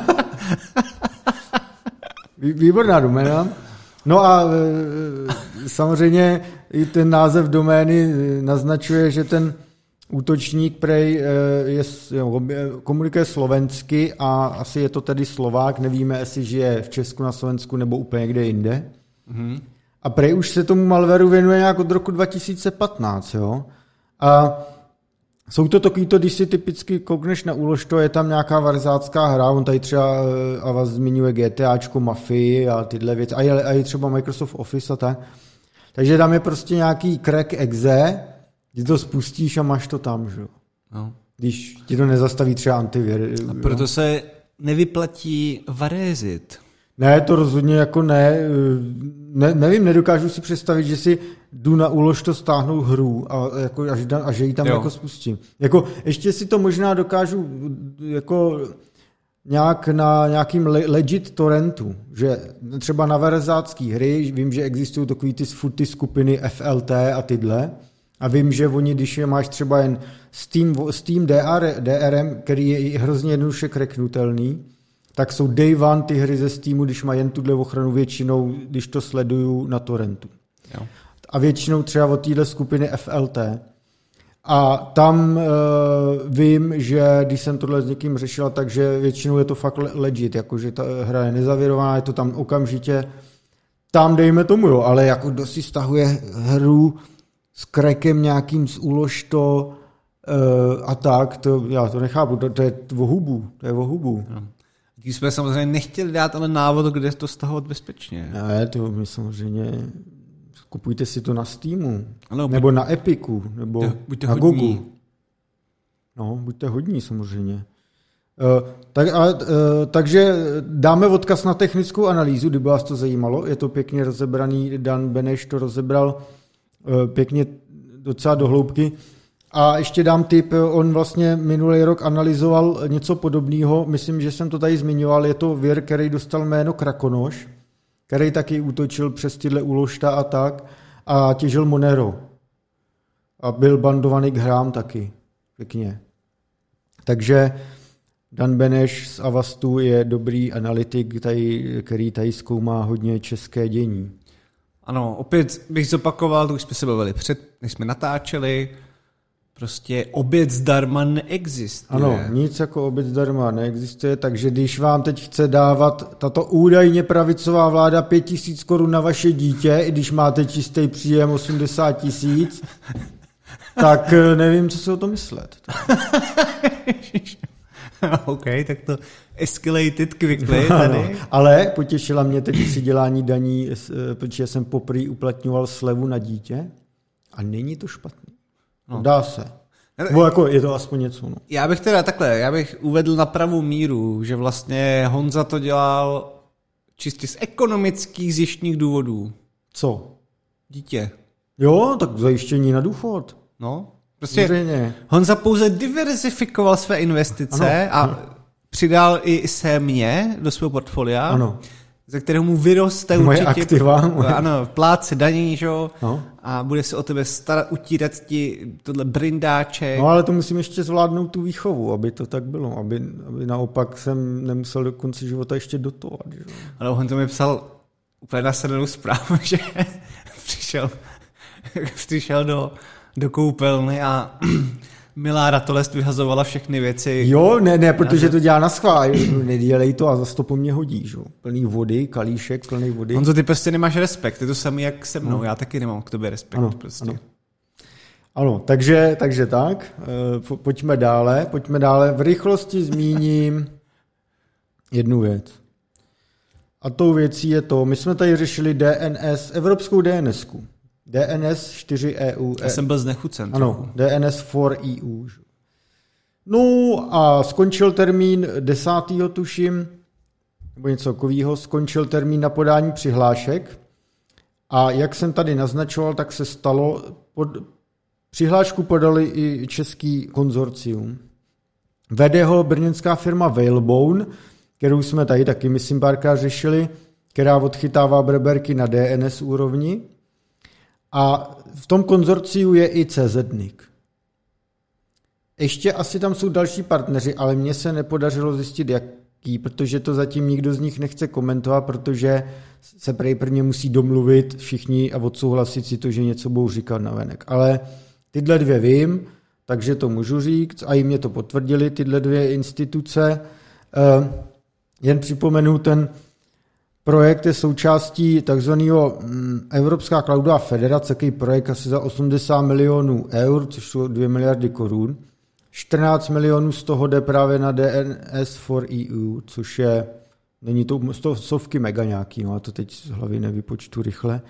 Výborná doména. No a samozřejmě i ten název domény naznačuje, že ten útočník prej komunikuje slovensky a asi je to tedy Slovák, nevíme, jestli žije v Česku, na Slovensku nebo úplně kde jinde. Mm-hmm. A prej už se tomu malwareu věnuje nějak od roku 2015, jo. A jsou to takovýto, když si typicky koukneš na úlož, je tam nějaká varzácká hra, on tady třeba a vás zmiňuje GTAčko, Mafii a tyhle věci, a je třeba Microsoft Office a tak. Takže tam je prostě nějaký crack exe, kdy to spustíš a máš to tam, že jo. No. Když ti to nezastaví třeba antivir. A proto se nevyplatí varézit. Ne, to rozhodně jako ne, nevím, nedokážu si představit, že si jdu na úlož to stáhnout hru a že ji tam jako spustím. Jako, ještě si to možná dokážu jako nějak na nějakým legit torrentu, že třeba na verzácký hry, vím, že existují takový ty skupiny FLT a tyhle, a vím, že oni, když je máš třeba jen Steam DRM, který je hrozně jednoduše kreknutelný, tak jsou day one ty hry ze Steamu, když mají jen tuhle ochranu většinou, když to sleduju na torrentu. Jo. A většinou třeba od téhle skupiny FLT. A tam vím, že když jsem tohle s někým řešila, takže většinou je to fakt legit, jakože ta hra je nezavěrovaná, je to tam okamžitě, tam dejme tomu, jo, ale jako kdo si stahuje hru s crackem nějakým z úlož to a tak, to já to nechápu, to je o hubu. No. Když jsme samozřejmě nechtěli dát ale návod, kde to stahovat bezpečně. Ne, to my samozřejmě kupujte si to na Steamu, ano, nebo na Epiku, nebo na Google. No, buďte hodní samozřejmě. Takže dáme odkaz na technickou analýzu, kdyby vás to zajímalo. Je to pěkně rozebraný, Dan Beneš to rozebral pěkně docela do hloubky. A ještě dám tip, on vlastně minulý rok analyzoval něco podobného, myslím, že jsem to tady zmiňoval, je to vir, který dostal jméno Krakonoš, který taky útočil přes tyhle úložta a tak a těžil Monero. A byl bandovaný k hrám taky, pěkně. Takže Dan Beneš z Avastu je dobrý analytik, který tady zkoumá hodně české dění. Ano, opět bych zopakoval, to už jsme se bavili než jsme natáčeli, prostě oběd zdarma neexistuje. Ano, nic jako oběd zdarma neexistuje, takže když vám teď chce dávat tato údajně pravicová vláda 5 000 korun na vaše dítě, i když máte čistý příjem 80 000, tak nevím, co si o tom myslet. OK, tak to escalated quickly tady. No, ale potěšila mě teď při dělání daní, protože jsem poprvé uplatňoval slevu na dítě a není to špatný. No. Dá se. Nebo jako je to aspoň něco. No. Já bych uvedl na pravou míru, že vlastně Honza to dělal čistě z ekonomických zjištních důvodů. Co? Dítě. Jo, tak zajištění na důchod. No, prostě Honza pouze diverzifikoval své investice a přidal i se mě do svého portfolia. Ano. Ze kterého mu vyroste moje určitě aktiva, ano, plátce daní, že? No. A bude se o tebe starat, utírat ti tohle brindáček. No ale to musím ještě zvládnout tu výchovu, aby to tak bylo, aby naopak jsem nemusel do konce života ještě dotovat. Že? Ale on to mi psal úplně nasledenou zprávu, že přišel do koupelny a milá ratolest vyhazovala všechny věci. Jo, ne, protože to dělá na schvál. Nedělej to a zase to po mně hodí. Že? Plný vody, kalíšek, plný vody. Honzo, ty prostě nemáš respekt. Je to samý jak se mnou. No. Já taky nemám k tobě respekt. Ano, prostě. Ano, takže tak. Pojďme dále. V rychlosti zmíním jednu věc. A tou věcí je to, my jsme tady řešili DNS, evropskou DNSku. DNS 4 EU. Já jsem byl znechucen. Ano, DNS 4 EU. No a skončil termín 10. tuším, nebo něco takového, skončil termín na podání přihlášek a jak jsem tady naznačoval, tak se stalo, přihlášku podali i český konzorcium. Vede ho brněnská firma Whalebone, kterou jsme tady taky, myslím, párkrát řešili, která odchytává breberky na DNS úrovni. A v tom konzorciu je i CZ-NIC. Ještě asi tam jsou další partneři, ale mně se nepodařilo zjistit, jaký, protože to zatím nikdo z nich nechce komentovat, protože se prvně musí domluvit všichni a odsouhlasit si to, že něco budou říkat navenek. Ale tyhle dvě vím, takže to můžu říct a i mě to potvrdili tyhle dvě instituce. Jen připomenu, ten projekt je součástí takzvaného Evropská cloudová federace, takový projekt asi za 80 milionů eur, což jsou 2 miliardy korun. 14 milionů z toho jde právě na DNS for EU, což je, není to stovky mega nějaký, no a to teď z hlavy nevypočtu rychle.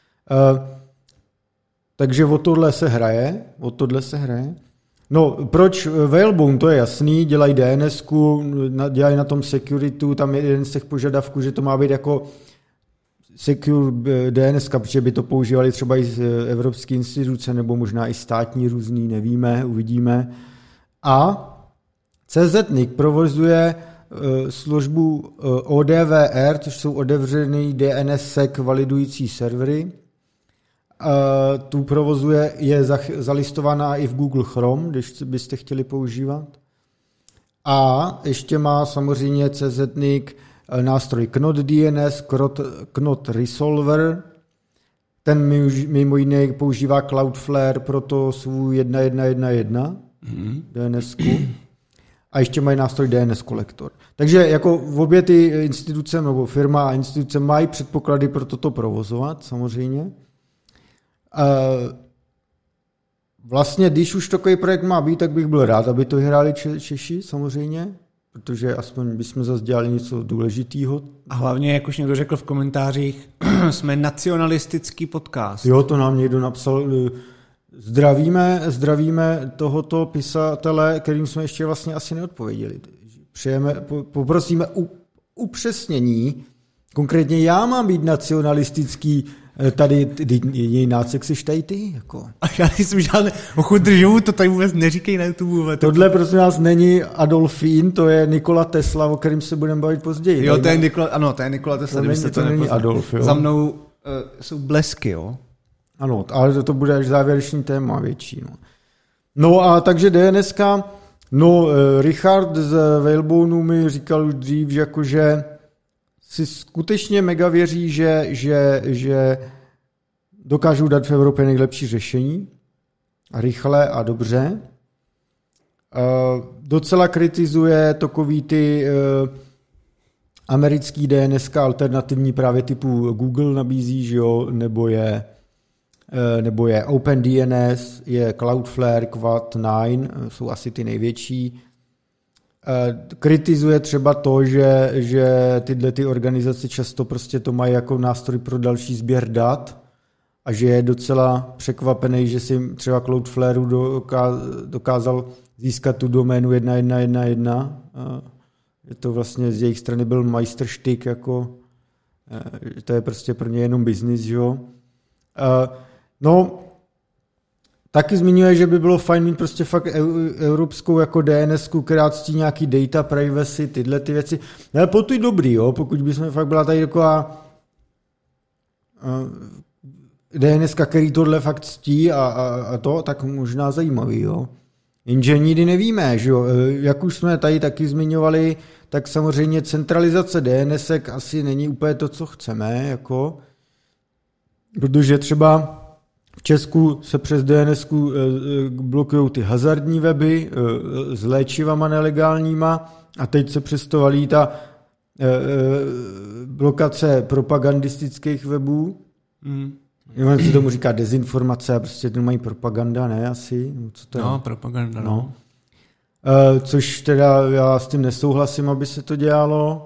Takže o tohle se hraje. No, proč Whalebone, to je jasný, dělají DNSku, dělají na tom security, tam je jeden z těch požadavků, že to má být jako secure DNSka, protože by to používali třeba i evropské instituce, nebo možná i státní různý, nevíme, uvidíme. A CZNIC provozuje službu ODVR, což jsou otevřený DNSsec validující servery. Tu provozuje, je zalistovaná i v Google Chrome, když byste chtěli používat. A ještě má samozřejmě CZNIC nástroj Knot DNS, Knot Resolver. Ten mimo jiné používá Cloudflare pro to svůj 1.1.1.1 DNSku. A ještě mají nástroj DNS kolektor. Takže jako v obě ty instituce, nebo firma a instituce mají předpoklady pro toto provozovat, samozřejmě. Vlastně, když už takový projekt má být, tak bych byl rád, aby to hráli Češi, samozřejmě, protože aspoň bychom zase dělali něco důležitého. A hlavně, jak už někdo řekl v komentářích, jsme nacionalistický podcast. Jo, to nám někdo napsal. Zdravíme tohoto pisatele, kterým jsme ještě vlastně asi neodpověděli. Poprosíme upřesnění. Konkrétně já mám být nacionalistický, tady její nácek seš tady ty, jako. A já nejsem žádný ochudržou, to tady vůbec neříkej na YouTube. Tohle prosím nás není Adolfín, to je Nikola Tesla, o kterým se budeme bavit později. Jo, to je Nikola Tesla, to není Adolf, jo. Za mnou jsou blesky, jo. Ano, ale to bude až závěrečný téma větší. No a takže DNSka, Richard z Whaleboneu mi říkal už dřív, že jakože si skutečně mega věří, že dokážou dát v Evropě nejlepší řešení a rychle a dobře. Docela kritizuje takový ty americký DNS alternativní právě typu Google nabízí, že jo, nebo je OpenDNS, je Cloudflare, Quad9, jsou asi ty největší. Kritizuje třeba to, že tyhle ty organizace často prostě to mají jako nástroj pro další sběr dat a že je docela překvapený, že si třeba Cloudflareu dokázal získat tu doménu 1.1.1.1. Je to vlastně z jejich strany byl majstrštyk, jako to je prostě pro ně jenom biznis, jo. Taky zmiňuje, že by bylo fajn mít prostě fakt evropskou jako DNSku, která ctí nějaký data privacy, tyhle ty věci. Ale to je dobrý, jo, pokud bychom fakt byla tady taková DNSka, který tohle fakt ctí a to, tak možná zajímavý, jo. Jenže nikdy nevíme, že jo. Jak už jsme tady taky zmiňovali, tak samozřejmě centralizace DNSek asi není úplně to, co chceme, jako, protože třeba v Česku se přes DNSku blokují ty hazardní weby s léčivama nelegálníma a teď se přesto valí ta blokace propagandistických webů. On se tomu říká dezinformace a prostě to mají propaganda, ne asi? Co to je? No, propaganda, no. Což teda já s tím nesouhlasím, aby se to dělalo.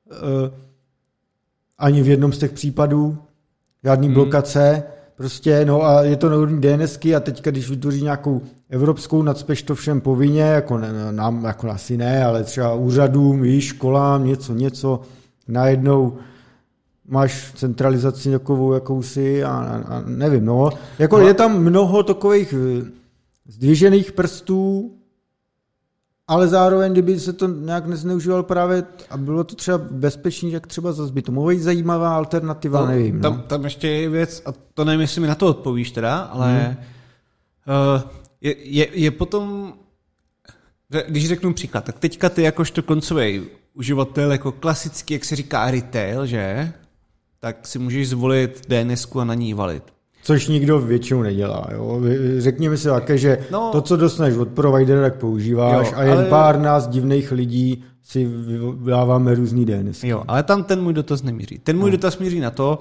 Ani v jednom z těch případů. Žádný blokace. Prostě, no a je to na úrovni DNSky a teďka, když vytvoří nějakou evropskou, nacpeš to všem povinně, jako nám jako asi ne, ale třeba úřadům, školám, něco, najednou máš centralizaci takovou jakousi a nevím, no. Jako je tam mnoho takových zdvižených prstů, ale zároveň, kdyby se to nějak nezneužíval právě a bylo to třeba bezpečný, jak třeba zase by to mohla být zajímavá alternativa, nevím. No. Tam ještě je věc, a to nevím, jestli mi na to odpovíš teda, ale je potom, když řeknu příklad, tak teďka ty jakožto koncový uživatel, jako klasický, jak se říká retail, že? Tak si můžeš zvolit DNSku a na ní valit. Což nikdo většinou nedělá. Jo? Řekněme si také, že to, co dostaneš od providera, tak používáš a jen pár nás divných lidí si vydáváme různý DNS. Jo, ale tam ten můj dotaz nemíří. Ten můj dotaz míří na to,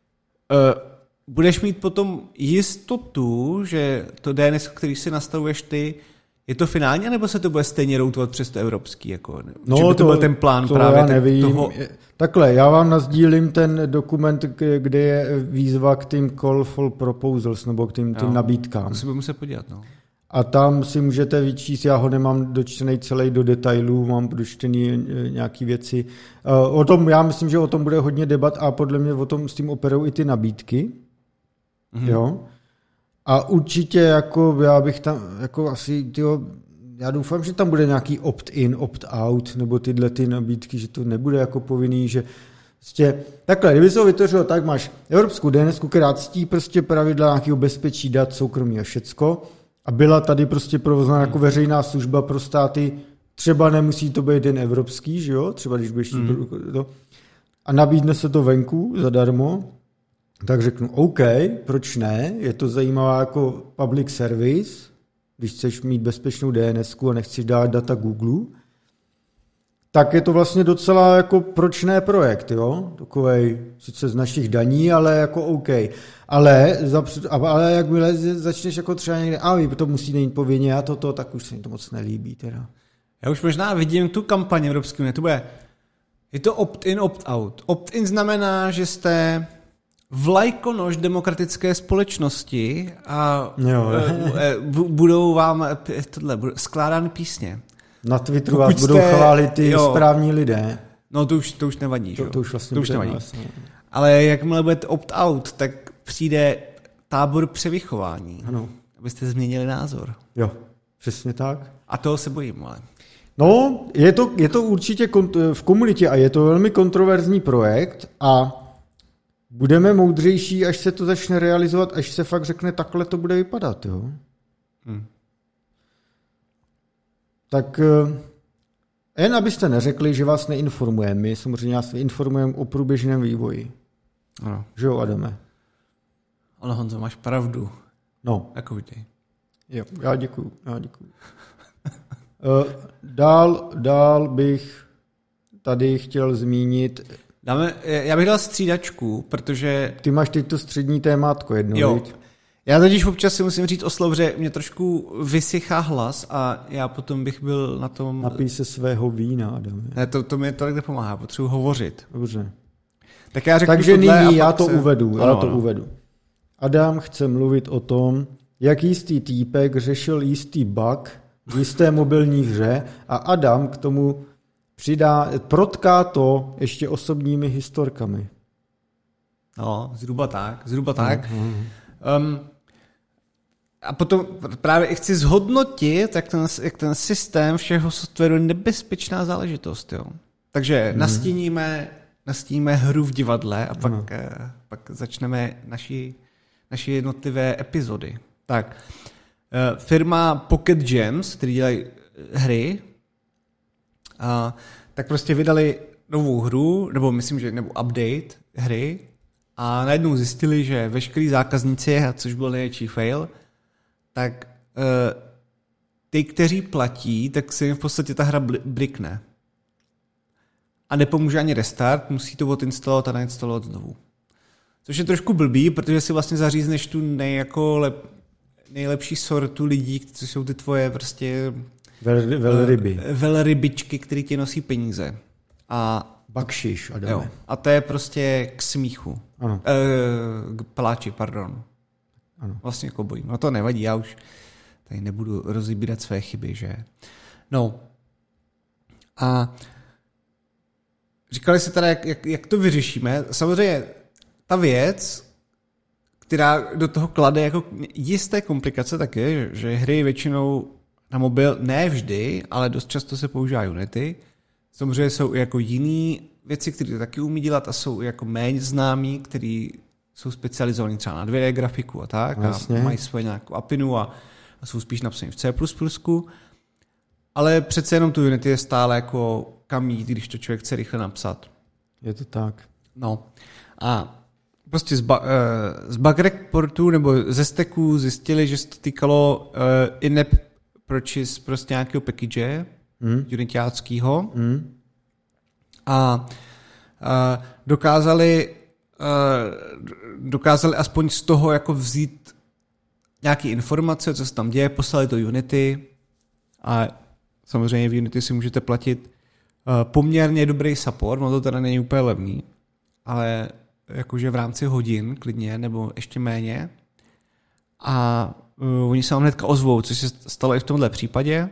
budeš mít potom jistotu, že to DNS, který si nastavuješ ty, je to finální, nebo se to bude stejně routovat přes to evropský? Jako, že by to byl ten plán to právě já nevím. Toho... Takhle, já vám nasdílím ten dokument, kde je výzva k tým call for proposals, nebo k tým nabídkám. To si budu muset podívat, no. A tam si můžete vyčíst, já ho nemám dočtený celý do detailů, mám dočtený nějaký věci. O tom, já myslím, že o tom bude hodně debat a podle mě o tom s tím operují i ty nabídky. Jo. A určitě jako já bych tam jako asi já doufám, že tam bude nějaký opt-in, opt-out nebo tyhle ty nabídky, že to nebude jako povinný, že prostě takhle, kdyby se ho vytvořilo tak, máš evropskou DNSku, která ctí prostě pravidla nějakého bezpečí dat, soukromí a všecko a byla tady prostě provozná jako veřejná služba pro státy, třeba nemusí to být jen evropský, že jo, třeba když budeš to a nabídne se to venku zadarmo, tak řeknu, OK, proč ne, je to zajímavá jako public service, když chceš mít bezpečnou DNSku a nechceš dát data Google, tak je to vlastně docela jako proč ne projekt, jo, takovej sice z našich daní, ale jako OK. Ale jakmile začneš jako třeba někde, to musí nejít povinně a toto, tak už se mi to moc nelíbí teda. Já už možná vidím tu kampaň Evropské unie, je to opt-in, opt-out. Opt-in znamená, že jste vlajkonoš demokratické společnosti a budou vám skládány písně. Na Twitteru vás budou chválit ty správní lidé. No to už nevadí. To už vlastně nevadí. Vlastně. Ale jakmile budete opt-out, tak přijde tábor převychování. Ano. Abyste změnili názor. Jo, přesně tak. A toho se bojím, ale... No, je to určitě v komunitě a je to velmi kontroverzní projekt a budeme moudřejší, až se to začne realizovat, až se fakt řekne, takhle to bude vypadat, jo. Tak jen abyste neřekli, že vás neinformujeme. My samozřejmě vás informujeme o průběžném vývoji. Ano. Že jo, Adame? Ale Honzo, máš pravdu. No. Jako vždy. Jo, já děkuju. Dál bych tady chtěl zmínit... Já bych dal střídačku, protože... Ty máš teď to střední témátko jedno, jo. Viď? Já totiž občas si musím říct o slovo, že mě trošku vysychá hlas a já potom bych byl na tom... Napij se svého vína, Adame. Ne, to mi tolik nepomáhá, potřebuji hovořit. Dobře. Tak já řeknu takže nyní já to uvedu. uvedu. Adam chce mluvit o tom, jak jistý týpek řešil jistý bug v jisté mobilní hře a Adam k tomu protká to ještě osobními historkami. No, zhruba tak. A potom právě chci zhodnotit, jak ten systém všeho softwaru je nebezpečná záležitost. Jo. Takže nastíníme hru v divadle a pak začneme naši jednotlivé epizody. Tak, firma Pocket Gems, který dělají hry, tak prostě vydali novou hru, nebo update hry a najednou zjistili, že veškerý zákazníci, což byl největší fail, tak ty, kteří platí, tak si jim v podstatě ta hra blikne. A nepomůže ani restart, musí to odinstalovat a nainstalovat znovu. Což je trošku blbý, protože si vlastně zařízneš tu nejlepší sortu lidí, co jsou ty tvoje prostě velrybičky, které ti nosí peníze. A bakšiš, Adame. A to je prostě k smíchu. Ano. K pláči, pardon. Ano. Vlastně jako bojím. No to nevadí, já už tady nebudu rozebírat své chyby, že? No. A říkali si teda, jak to vyřešíme. Samozřejmě ta věc, která do toho klade jako jisté komplikace, tak je, že hry většinou na mobil, ne vždy, ale dost často se používá Unity. Samozřejmě jsou i jako jiné věci, které to taky umí dělat a jsou i jako méně známí, které jsou specializovaní třeba na 2D grafiku a tak. Vlastně. A mají svoje nějakou apinu a jsou spíš napsaný v C++. Ale přece jenom tu Unity je stále jako kam jít, když to člověk chce rychle napsat. Je to tak. No. A prostě z bug reportu nebo ze stacků zjistili, že se to týkalo in-app purchase prostě nějakého package unityáckýho a dokázali aspoň z toho jako vzít nějaké informace, co se tam děje, poslali to Unity a samozřejmě v Unity si můžete platit poměrně dobrý support, no to teda není úplně levný, ale jakože v rámci hodin klidně, nebo ještě méně. A oni se vám hnedka ozvou, což se stalo i v tomhle případě.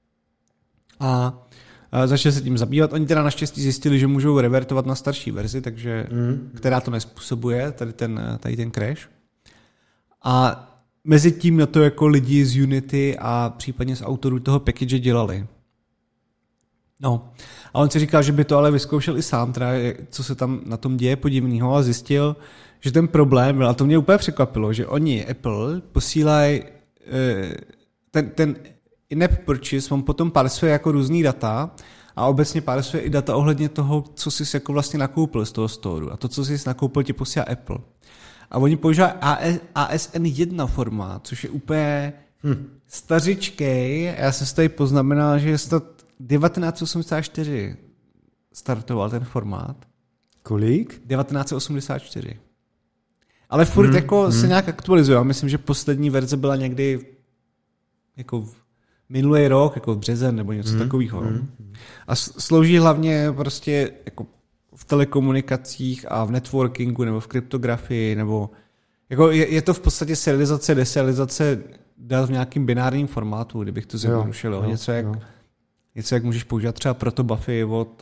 A začali se tím zabývat. Oni teda naštěstí zjistili, že můžou revertovat na starší verzi, takže která to nespůsobuje, tady ten crash. A mezi tím na to jako lidi z Unity a případně z autorů toho package dělali. No. A on si říkal, že by to ale vyzkoušel i sám, teda, co se tam na tom děje podivného, a zjistil, že ten problém byl, a to mě úplně překvapilo, že oni, Apple, posílají ten in-app purchase, on potom parsuje jako různý data a obecně parsuje i data ohledně toho, co jsi jako vlastně nakoupil z toho storu. A to, co jsi nakoupil, ti posílá Apple. A oni používají ASN1 formát, což je úplně stařičkej. Já jsem si tady poznamenal, že je to 1984 startoval ten formát. Kolik? 1984. Ale furt jako se nějak aktualizuje. Myslím, že poslední verze byla někdy jako minulý rok, jako v březen nebo něco takového. A slouží hlavně prostě jako v telekomunikacích a v networkingu nebo v kryptografii, nebo jako je to v podstatě serializace, deserializace dat v nějakým binárním formátu, kdybych to zjednodušil. Něco, jak můžeš používat třeba protobufy od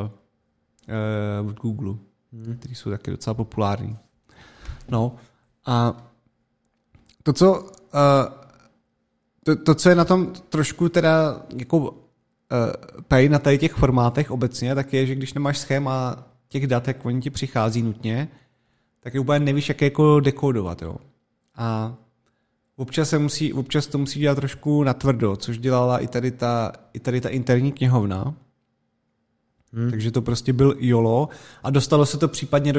Google, které jsou taky docela populární. No a to, co je na tom trošku teda jako pain na tady těch formátech obecně, tak je, že když nemáš schéma těch dat, jak oni ti přichází nutně, tak je úplně nevíš, jak je jako dekodovat. Jo. A občas to musí dělat trošku natvrdo, což dělala i tady ta interní knihovna. Takže to prostě byl YOLO a dostalo se to případně do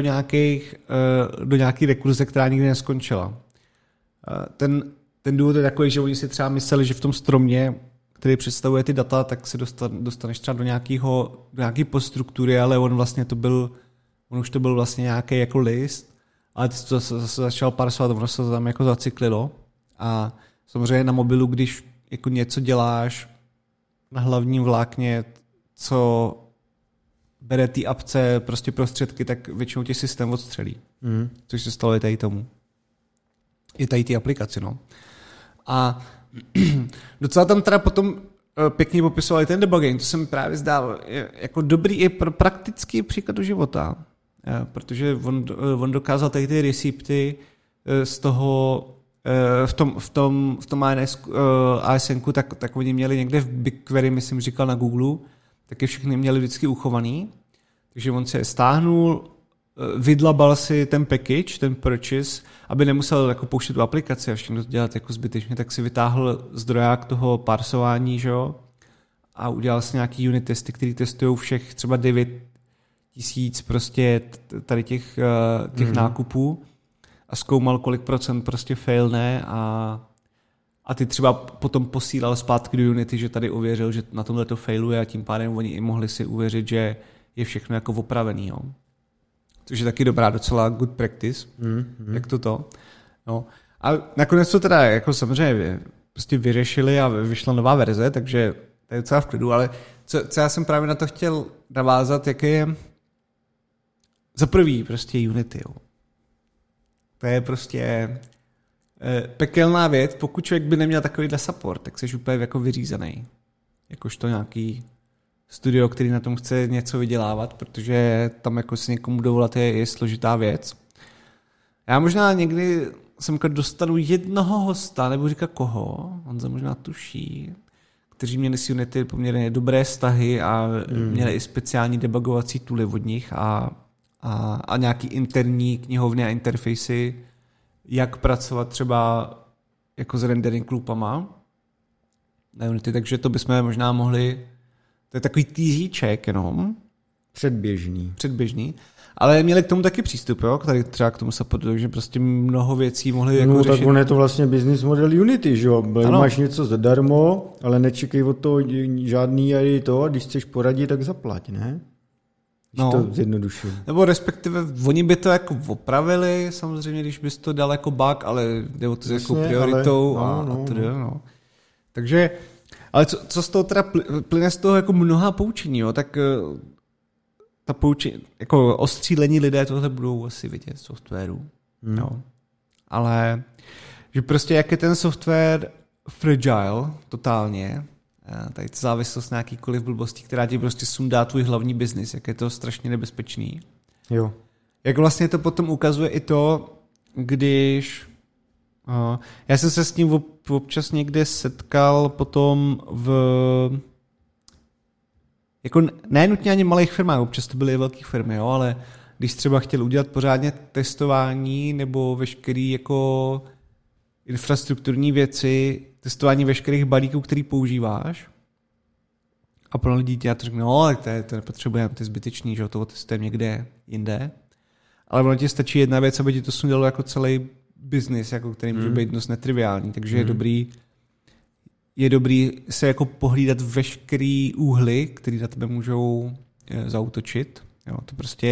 nějaký rekurze, která nikdy neskončila. Ten důvod je takový, že oni si třeba mysleli, že v tom stromě, který představuje ty data, tak si dostaneš třeba do nějaký podstruktury, ale on už to byl vlastně nějaký jako list, ale ty to zase začal parsovat, ono se to tam jako zacyklilo. A samozřejmě na mobilu, když jako něco děláš na hlavním vlákně, co bere ty apce prostě prostředky, tak většinou ti systém odstřelí. Což se stalo i tady tomu. I tady ty aplikaci, no. A docela tam teda potom pěkně popisovali ten debugging, to se mi právě zdál jako dobrý i pro praktický příklad do života, protože on dokázal tady ty recepty z toho v tom ASN-ku, tak oni měli někde v BigQuery, myslím, říkal na Google, tak je všechny měli vždycky uchovaný, takže on se je stáhnul, vydlabal si ten package, ten purchase, aby nemusel jako pouštět tu aplikaci a všechno to dělat jako zbytečně, tak si vytáhl zdroják toho parsování, že jo, a udělal si nějaký unit testy, který testují všech třeba 9000 prostě tady těch nákupů a zkoumal, kolik procent prostě failne a ty třeba potom posílal zpátky do Unity, že tady ověřil, že na tomhle to failuje a tím pádem oni i mohli si uvěřit, že je všechno jako opravený, jo. Což je taky dobrá, docela good practice, jak to. No. A nakonec to teda jako samozřejmě prostě vyřešili a vyšla nová verze, takže to je docela v klidu, ale co já jsem právě na to chtěl navázat, jak je za prvý prostě Unity, jo. To je prostě pekelná věc, pokud člověk by neměl takovýhle support, tak jsi úplně jako vyřízený. Jakožto nějaký studio, který na tom chce něco vydělávat, protože tam jako si někomu dovolat je složitá věc. Já možná někdy semka dostanu jednoho hosta, nebo říká koho, on se možná tuší, kteří měli s Unity poměrně dobré vztahy a měli i speciální debugovací tooly od nich a nějaký interní knihovny a interfejsy, jak pracovat třeba jako s rendering loopama na Unity, takže to bychom možná mohli. To je takový týzíček jenom. Předběžný. Ale měli k tomu taky přístup, jo? Tady třeba k tomu supportu, že prostě mnoho věcí mohli jako řešit. Tak on je to vlastně business model Unity, že jo? Máš něco zadarmo, ale nečekej od toho žádný a to, když chceš poradit, tak zaplať, ne? Když to zjednodušil. Nebo respektive, oni by to jako opravili, samozřejmě, když bys to dal jako bug, ale jde o to jako prioritou no. Takže, ale co z toho teda plyne z toho jako mnoha poučení, jo? Tak ta poučení, jako ostřílení lidé tohle budou asi vidět z softwaru. No. Ale že prostě jak je ten software fragile totálně, tady závislost na jakýkoliv blbosti, která ti prostě sundá tvůj hlavní biznis, jak je to strašně nebezpečný. Jo. Jak vlastně to potom ukazuje i to, když já jsem se s tím občas někde setkal potom jako ne nutně ani malých firmách, občas to byly i velké firmy, jo, ale když třeba chtěl udělat pořádně testování nebo veškerý jako infrastrukturní věci, testování veškerých balíků, který používáš, a pro lidí já to řeknu, no, to nepotřebujeme, to je zbytečný, že to testujeme někde jinde, ale ono ti stačí jedna věc, aby ti to sundalo jako celý biznis, jako který může být dost netriviální, takže je dobrý se jako pohlídat veškerý úhly, který na tebe můžou zaútočit. Jo, to prostě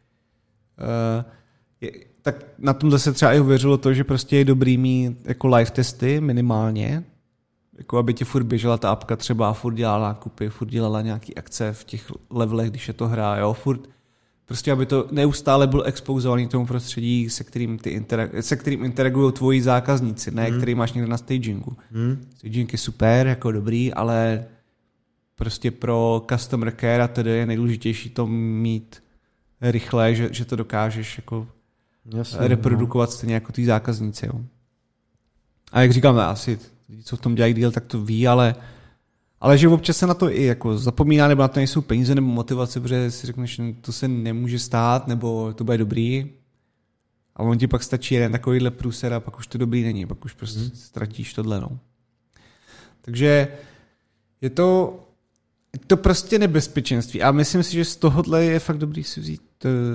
je tak na tomhle se třeba i uvěřilo to, že prostě je dobrý mít jako live testy minimálně, jako aby ti furt běžela ta apka třeba, furt dělala nákupy, furt dělala nějaký akce v těch levelech, když je to hra, jo, furt prostě, aby to neustále bylo expozovaný tomu prostředí, se kterým interagují tvoji zákazníci, ne který máš někde na stagingu. Staging je super, jako dobrý, ale prostě pro customer care a tedy je nejdůležitější to mít rychle, že to dokážeš jako reprodukovat stejně jako ty zákazníci. Jo. A jak říkám, asi lidi, co v tom dělají díl, tak to ví, ale že občas se na to i jako zapomíná, nebo na to nejsou peníze nebo motivace, protože si řekneš, že to se nemůže stát, nebo to bude dobrý. A on ti pak stačí jeden takovýhle průser a pak už to dobrý není, pak už prostě ztratíš tohle. No. Takže je to prostě nebezpečenství. A myslím si, že z tohohle je fakt dobrý si vzít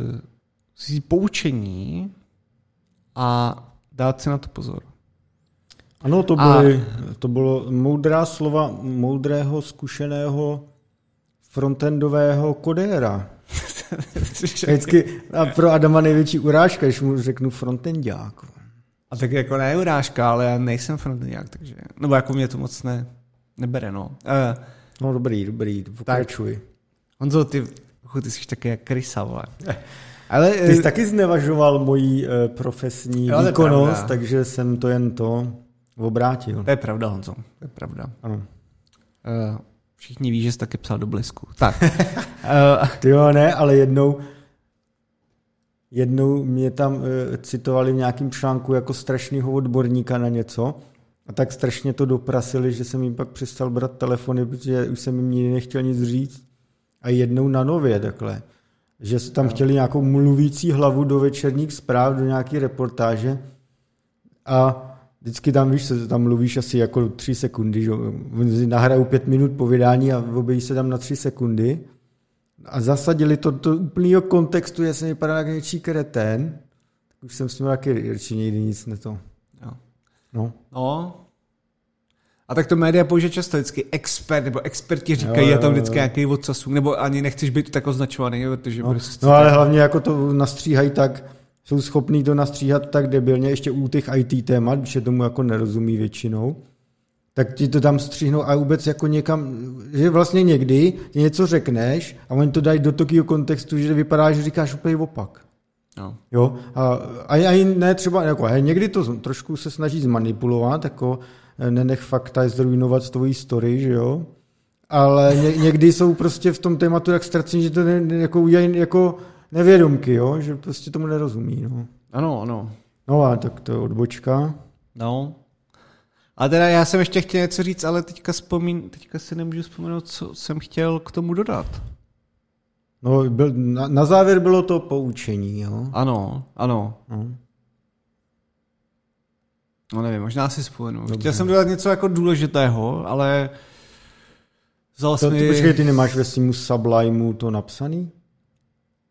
poučení a dát si na to pozor. Ano, to bylo moudrá slova moudrého, zkušeného frontendového kodéra. Vždycky, a pro Adama největší urážka, když mu řeknu frontendiák. A tak jako ne urážka, ale já nejsem frontendiák, takže, nebo jako mě to moc nebere, no. No dobrý, pokračuj. Honzo, ty jsi taky jak krysa, vole. Ale, ty jsi taky znevažoval mojí profesní výkonnost, takže jsem to jen obrátil. To je pravda, Honzo, to je pravda. Ano. Všichni ví, že jsi taky psal do Blesku. Tak. Ty jo, ne, ale jednou mě tam citovali v nějakém článku jako strašnýho odborníka na něco a tak strašně to doprasili, že jsem jim pak přestal brát telefony, protože už jsem jim nikdy nechtěl nic říct. A jednou na Nově takhle, že se tam chtěli nějakou mluvící hlavu do večerních zpráv, do nějaké reportáže a vždycky tam, víš, se tam mluvíš asi jako 3 sekundy, že oni nahrajou 5 minut po vydání a objeví se tam na 3 sekundy a zasadili to do úplného kontextu, že jsem vypadal jak něčí kretén, tak už jsem s tím taky radši nikdy nic neto. No. A tak to média použije často vždycky expert, nebo experti říkají a tam vždycky nějaký odsasů, nebo ani nechceš být tak označovaný, protože prostě... No ale hlavně jako to nastříhají tak, jsou schopní to nastříhat tak debilně, ještě u těch IT témat, protože tomu jako nerozumí většinou, tak ti to tam stříhnou a vůbec jako někam, že vlastně někdy něco řekneš a oni to dají do takového kontextu, že vypadá, že říkáš úplně opak. No. Jo? A ne třeba, jako, někdy to trošku se snaží zmanipulovat, jako nenech fakta zrujnovat tvojí story, že jo? Ale někdy jsou prostě v tom tématu tak ztracení, že to jako udělají jako nevědomky, jo? Že prostě tomu nerozumí. No. Ano. No a tak to je odbočka. No. A teda já jsem ještě chtěl něco říct, ale teďka si nemůžu vzpomenout, co jsem chtěl k tomu dodat. No, na závěr bylo to poučení, jo? Ano. No nevím, možná si vzpomenu. Dobře. Chtěl jsem dodat něco jako důležitého, ale Počkej, ty nemáš ve svým Sublimeu to napsaný?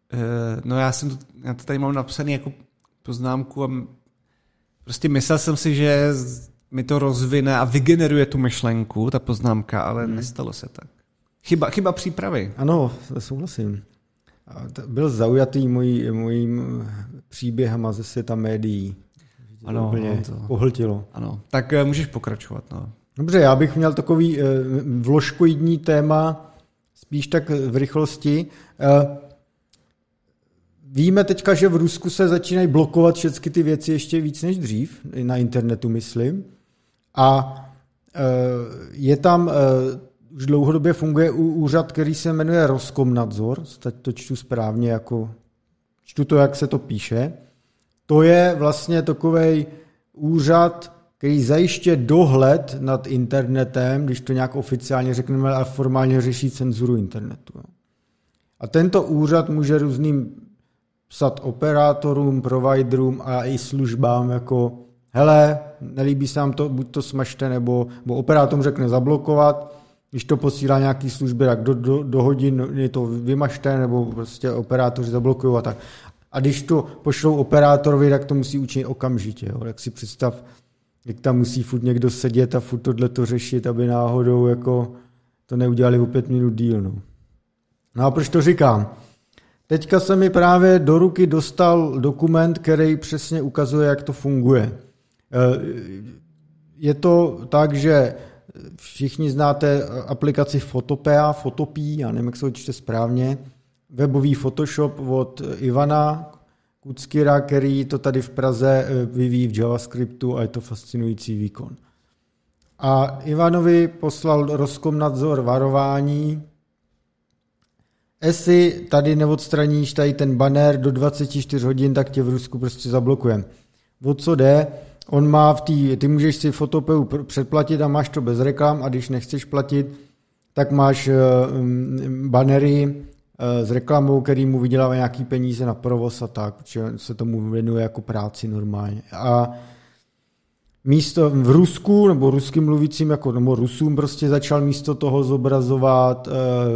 No já to tady mám napsaný jako poznámku a prostě myslel jsem si, že mi to rozvine a vygeneruje tu myšlenku, ta poznámka, ale nestalo se tak. Chyba přípravy. Ano, souhlasím. Byl zaujatý mojím příběhem a ze světa médií. Ano, úplně to pohltilo. Ano, tak můžeš pokračovat. No. Dobře, já bych měl takový vložkoidní téma, spíš tak v rychlosti. Víme teďka, že v Rusku se začínají blokovat všechny ty věci ještě víc než dřív, na internetu myslím. A je tam, už dlouhodobě funguje úřad, který se jmenuje Roskomnadzor, teď to čtu správně, jako čtu to, jak se to píše. To je vlastně takovej úřad, který zajišťuje dohled nad internetem, když to nějak oficiálně řekneme, ale formálně řeší cenzuru internetu. A tento úřad může různým psat operátorům, providerům a i službám jako hele, nelíbí se nám to, buď to smažte, nebo operátorům řekne zablokovat, když to posílá nějaký služby, tak do hodin je to vymažte, nebo prostě operátoři zablokují a tak. A když to pošlou operátorovi, tak to musí učinit okamžitě. Jo. Tak si představ, jak tam musí furt někdo sedět a furt tohleto řešit, aby náhodou jako to neudělali o 5 minut díl. No a proč to říkám? Teďka se mi právě do ruky dostal dokument, který přesně ukazuje, jak to funguje. Je to tak, že všichni znáte aplikaci Photopea, já nevím, jak se to čte správně, webový Photoshop od Ivana Kuckira, který to tady v Praze vyvíjí v JavaScriptu a je to fascinující výkon. A Ivanovi poslal Roskomnadzor varování, jestli tady neodstraníš tady ten banner do 24 hodin, tak tě v Rusku prostě zablokujeme. O co jde? On má ty můžeš si Photopeu předplatit a máš to bez reklam a když nechceš platit, tak máš bannery s reklamou, který mu vydělává nějaký peníze na provoz a tak, protože se tomu věnuje jako práci normálně. A místo v Rusku, nebo ruským mluvícím, nebo Rusům prostě začal místo toho zobrazovat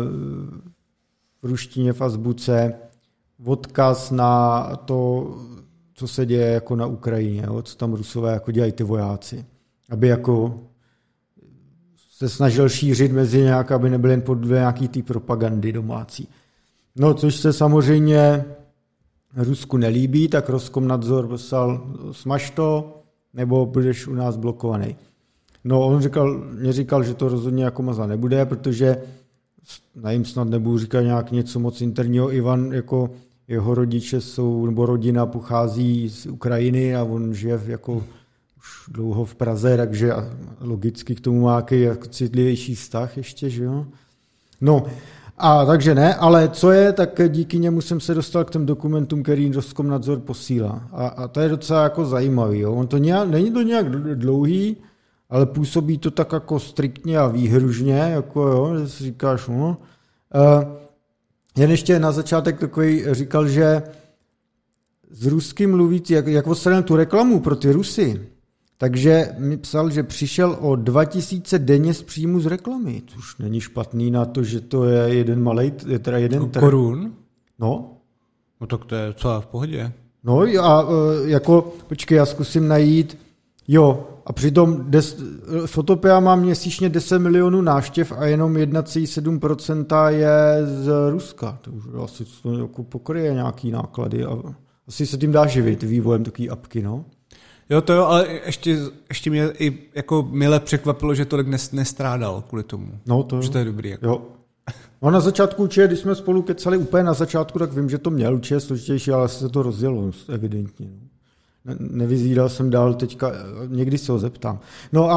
v ruštině v azbuce odkaz na to, co se děje jako na Ukrajině, jo, co tam Rusové jako dělají ty vojáci. Aby jako se snažil šířit mezi nějak, aby nebyly jen pod nějaký ty propagandy domácí. No, což se samozřejmě Rusku nelíbí, tak Roskomnadzor poslal smaž to, nebo budeš u nás blokovaný. No, on mě říkal, že to rozhodně jako maza nebude, protože na jim snad nebudu říkat nějak něco moc interního. Ivan, jako jeho rodiče jsou, nebo rodina pochází z Ukrajiny a on žije jako už dlouho v Praze, takže logicky k tomu má nějaký jako citlivější vztah ještě, že jo. No, a takže ne, ale co je, tak díky němu jsem se dostal k těm dokumentům, který Roskomnadzor posílá. A to je docela jako zajímavý, jo. Není to nějak dlouhý, ale působí to tak jako striktně a výhružně, jako jo, že si říkáš, no. Jen ještě na začátek takový říkal, že s ruským mluvící, jak odstranil tu reklamu pro ty Rusy, takže mi psal, že přišel o 2000 denně z příjmu z reklamy, což není špatný na to, že to je jeden malej, je teda jeden korun? No. No tak to je celá v pohodě. No a jako, počkej, já zkusím najít, jo, a přitom Photopea má měsíčně 10 milionů návštěv a jenom 1,7% je z Ruska. To už asi to jako pokryje nějaký náklady a asi se tím dá živit vývojem takový apky, no. Jo, to jo, ale ještě mě i jako mile překvapilo, že tolik nestrádal kvůli tomu. No, to že to je dobrý. Jako. Jo. No na začátku určitě, když jsme spolu kecali úplně na začátku, tak vím, že to měl určitě složitější, ale se to rozjelo, evidentně. Nevyzvídal jsem dál teďka, někdy se ho zeptám. No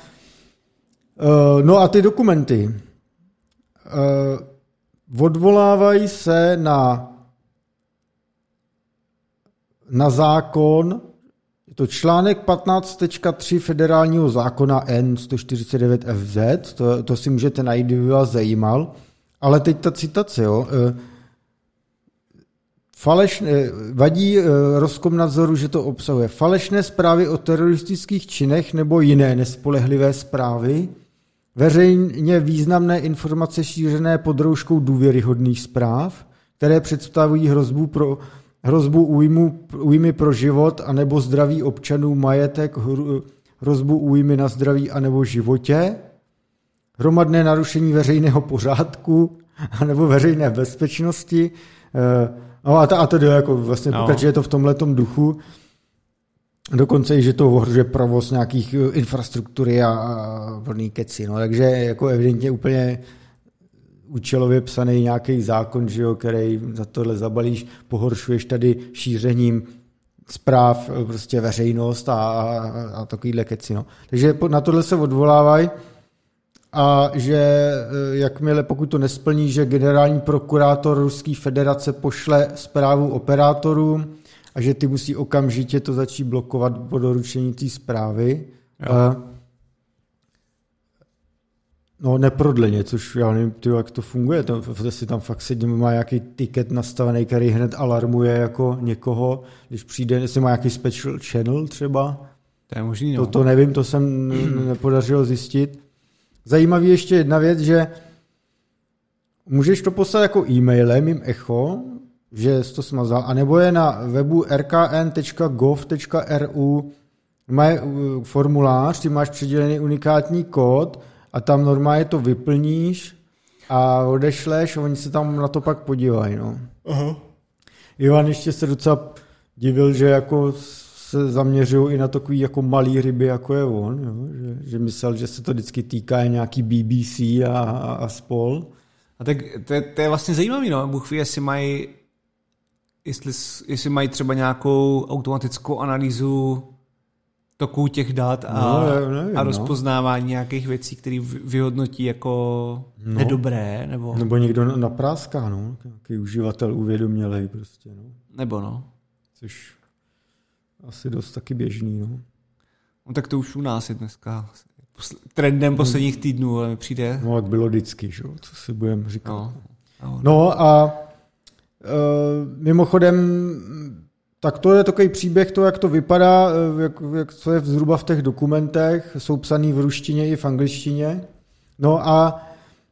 a ty dokumenty odvolávají se na zákon, je to článek 15.3 federálního zákona N149 FZ, to si můžete najít, kdyby vás zajímal, ale teď ta citace, jo. Vadí Roskomnadzoru, že to obsahuje falešné zprávy o teroristických činech nebo jiné nespolehlivé zprávy, veřejně významné informace šířené pod rouškou důvěryhodných zpráv, které představují hrozbu újmy pro život anebo zdraví občanů, majetek, hrozbu újmy na zdraví anebo životě, hromadné narušení veřejného pořádku anebo veřejné bezpečnosti. No a to jako vlastně pokračuje to v tomhletom duchu. Dokonce i, že to ohrožuje provoz nějakých infrastruktury a plný keci. No, takže jako evidentně úplně účelově psaný nějaký zákon, že jo, který za tohle zabalíš, pohoršuješ tady šířením zpráv prostě veřejnost a takovýhle keci. No. Takže na tohle se odvolávají a že jakmile, pokud to nesplní, že generální prokurátor Ruské federace pošle zprávu operátorům a že ty musí okamžitě to začít blokovat po doručení té zprávy. No neprodleně, což já nevím, jak to funguje. Si tam fakt má nějaký tiket nastavený, který hned alarmuje jako někoho, když přijde, jestli má nějaký special channel třeba. To je možný, no. To nevím, to jsem nepodařilo zjistit. Zajímavý ještě jedna věc, že můžeš to poslat jako e-mailem, jim echo, že jsi to smazal, anebo je na webu rkn.gov.ru mají formulář, ty máš přidělený unikátní kód a tam normálně to vyplníš a odešleš a oni se tam na to pak podívají. No. Aha. Ivan ještě se docela divil, že jako se zaměřují i na takový jako malý ryby, jako je on. Jo? Že myslel, že se to vždycky týká nějaký BBC a spol. A tak to je vlastně zajímavý, no. Bůh ví, jestli mají třeba nějakou automatickou analýzu toků těch dat a rozpoznávání nějakých věcí, které vyhodnotí jako nedobré. Nebo někdo napráská, no. Nějaký uživatel uvědomělej prostě. No. Nebo no. Což asi dost taky běžný, no. No tak to už u nás je dneska trendem posledních týdnů, ale mi přijde. No, jak bylo vždycky, že? Co si budeme říkat. No a mimochodem, tak to je takový příběh, to, jak to vypadá, co je zhruba v těch dokumentech, jsou psaný v ruštině i v angličtině. No a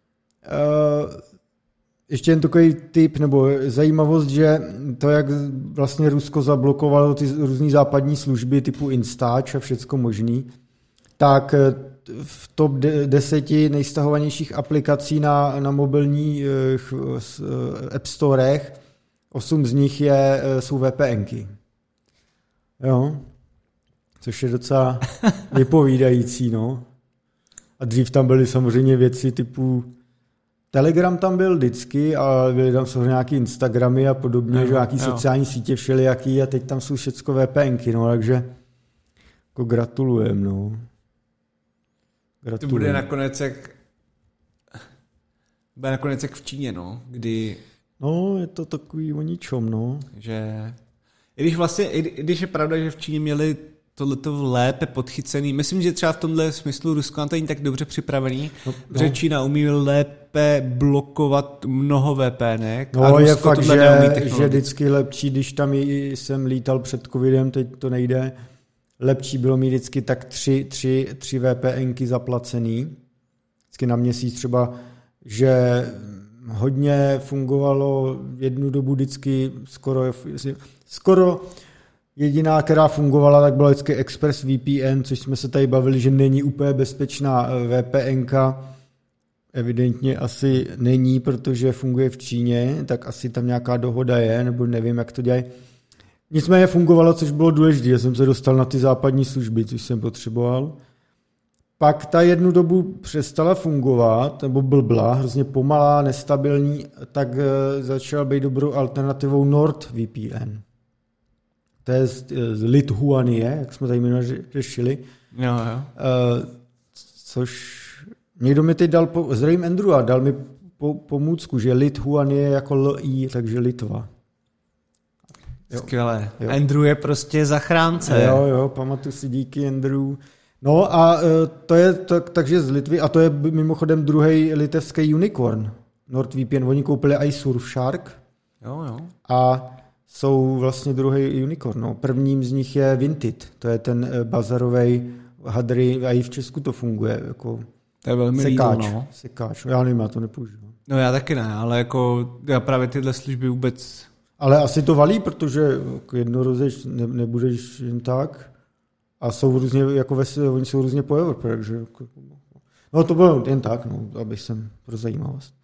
ještě jen takový tip nebo zajímavost, že to, jak vlastně Rusko zablokovalo ty různý západní služby typu Instač a všecko možný, tak v top 10 nejstahovanějších aplikací na mobilních App Storech 8 z nich jsou VPNky. Jo. Což je docela vypovídající, no. A dřív tam byly samozřejmě věci typu Telegram tam byl vždycky a byly tam samozřejmě nějaký Instagramy a podobně, že nějaký sociální sítě všelijaký a teď tam jsou všecko VPNky, no, takže jako gratulujem, no. To bude nakonec jak v Číně, no, kdy... No, je to takový o ničom, no. Že... I když je pravda, že v Číně měli tohleto lépe podchycený, myslím, že třeba v tomhle smyslu Rusko na to není tak dobře připravený, že Čína umí lépe blokovat mnoho VPNek a Rusko je fakt, že vždycky lepší, když tam jsem lítal před covidem, teď to nejde, lepší bylo mít vždycky tak tři VPNky zaplacený, vždycky na měsíc třeba, že hodně fungovalo jednu dobu vždycky skoro jediná, která fungovala, tak byla vždycky Express VPN, což jsme se tady bavili, že není úplně bezpečná VPNka. Evidentně asi není, protože funguje v Číně, tak asi tam nějaká dohoda je, nebo nevím, jak to dělají. Nicméně fungovalo, což bylo důležité, že jsem se dostal na ty západní služby, což jsem potřeboval. Pak ta jednu dobu přestala fungovat, nebo blbla, hrozně pomalá, nestabilní, tak začala být dobrou alternativou NordVPN. To je z Lithuanie, jak jsme tady minule řešili. Jo. Což někdo mi teď dal, zdravím Andrewa, dal mi pomůcku, že Lithuanie jako L-I, takže Litva. Skvělé. Jo. Andrew je prostě zachránce. Jo, pamatuju si, díky Andrew. No a to je takže z Litvy, a to je mimochodem druhý litevský unicorn. NordVPN, oni koupili i Surfshark. Jo. A jsou vlastně druhý unicorn. No. Prvním z nich je Vinted. To je ten bazarovej hadry, a i v Česku to funguje. Jako to je velmi sekáč. Já nevím, já to nepoužívám. No já taky ne, ale jako já právě tyhle služby vůbec... Ale asi to valí, protože jednorozeč nebudeš jen tak a jsou různě, jako oni jsou různě po Evropě, takže... No to bylo jen tak, no, aby jsem pro zajímavost.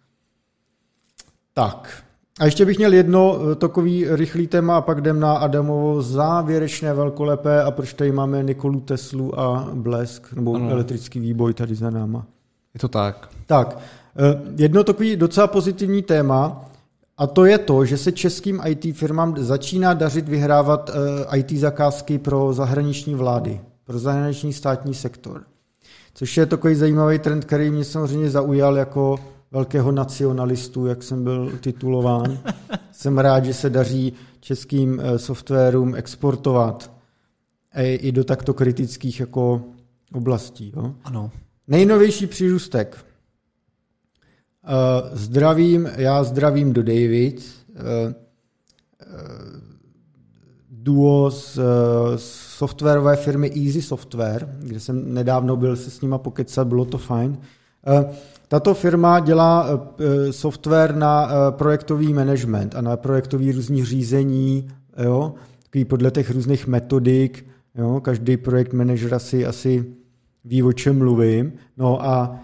Tak, a ještě bych měl jedno takový rychlý téma a pak jdem na Adamovo závěrečné velkolepé a proč tady máme Nikolu Teslu a blesk, nebo elektrický výboj tady za náma. Je to tak. Tak, jedno takový docela pozitivní téma a to je to, že se českým IT firmám začíná dařit vyhrávat IT zakázky pro zahraniční vlády, pro zahraniční státní sektor. Což je takový zajímavý trend, který mě samozřejmě zaujal jako velkého nacionalistu, jak jsem byl titulován. Jsem rád, že se daří českým softwarům exportovat i do takto kritických jako oblastí. Jo? Ano. Nejnovější přírůstek. Zdravím do David. Duo z softwarové firmy Easy Software, kde jsem nedávno byl se s nima pokecat, bylo to fajn. Tato firma dělá software na projektový management a na projektový různých řízení, jo, takový podle těch různých metodik, jo, každý projekt manažer asi ví, o čem mluvím. No a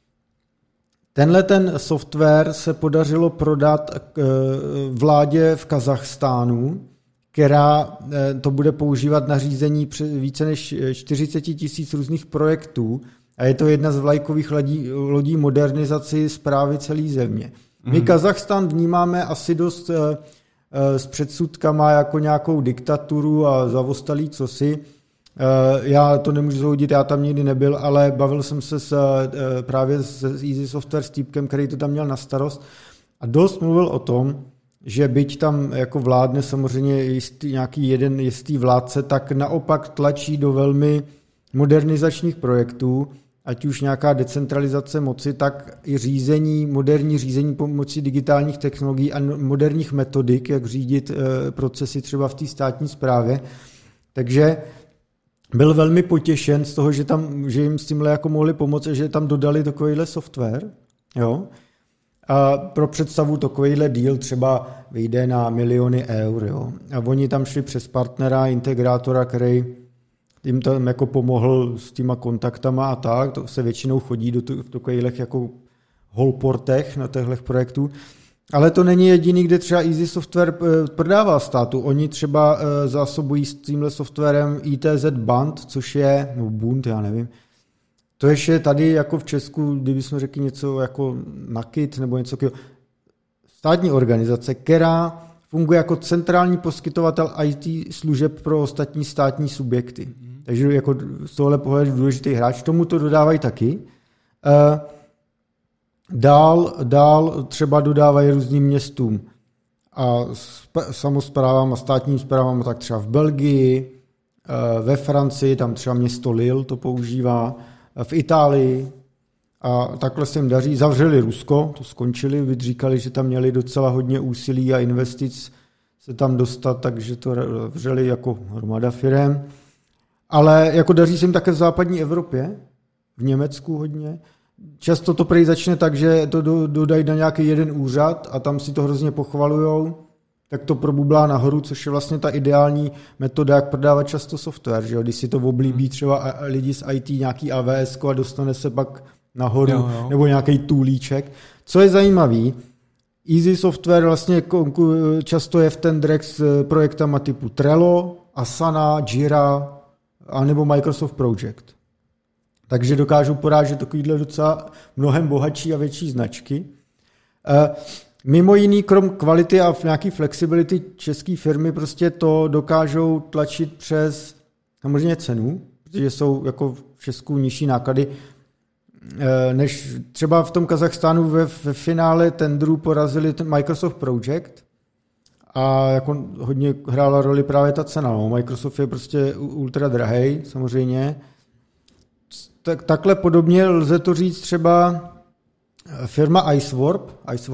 tenhle ten software se podařilo prodat vládě v Kazachstánu, která to bude používat na řízení více než 40 000 různých projektů a je to jedna z vlajkových lodí modernizaci správy celé země. My Kazachstán vnímáme asi dost s předsudkama jako nějakou diktaturu a zavostalý cosi. Já to nemůžu zhodit, já tam nikdy nebyl, ale bavil jsem se právě s Easy Software s týpkem, který to tam měl na starost a dost mluvil o tom, že byť tam jako vládne samozřejmě nějaký jeden jistý vládce, tak naopak tlačí do velmi modernizačních projektů, ať už nějaká decentralizace moci, tak i moderní řízení pomocí digitálních technologií a moderních metodik, jak řídit procesy třeba v té státní správě. Takže byl velmi potěšen z toho, že jim s tímhle jako mohli pomoct a že tam dodali takovýhle software. Jo? A pro představu takovýhle deal třeba vyjde na miliony eur. Jo? A oni tam šli přes partnera, integrátora, který jim tam jako pomohl s těma kontaktama a tak. To se většinou chodí do takových jako holportech na těchto projektů. Ale to není jediný, kde třeba Easy Software prodává státu. Oni třeba zásobují s tímhle softwarem ITZ Band, což je, no Bund, já nevím. To ještě tady jako v Česku, kdybychom řekli něco jako NAKIT nebo něco takového, státní organizace, která funguje jako centrální poskytovatel IT služeb pro ostatní státní subjekty. Takže jako z tohohle pohledu důležitý hráč. Tomu to dodávají taky. Dál třeba dodávají různým městům a samosprávám a státním správám, tak třeba v Belgii, ve Francii, tam třeba město Lille to používá, v Itálii a takhle se jim daří. Zavřeli Rusko, to skončili, vydříkali, že tam měli docela hodně úsilí a investic se tam dostat, takže to vřeli jako hromada firem. Ale jako daří se jim také v západní Evropě, v Německu hodně. Často to prý začne tak, že to dodají na nějaký jeden úřad a tam si to hrozně pochvalujou, tak to probublá nahoru, což je vlastně ta ideální metoda, jak prodávat často software. Že jo? Když si to oblíbí třeba lidi z IT, nějaký AWS a dostane se pak nahoru, jo. Nebo nějaký toolíček. Co je zajímavý, Easy Software vlastně často je v tendrech s projektama typu Trello, Asana, Jira a nebo Microsoft Project. Takže dokážou porážet takovýhle docela mnohem bohatší a větší značky. Mimo jiný, krom kvality a nějaký flexibility české firmy prostě to dokážou tlačit přes samozřejmě cenu, protože jsou jako v Česku nižší náklady, než třeba v tom Kazachstánu ve finále tendru porazili ten Microsoft Project a jako hodně hrála roli právě ta cena. No. Microsoft je prostě ultra drahej, samozřejmě. Takhle podobně lze to říct třeba firma Icewarp.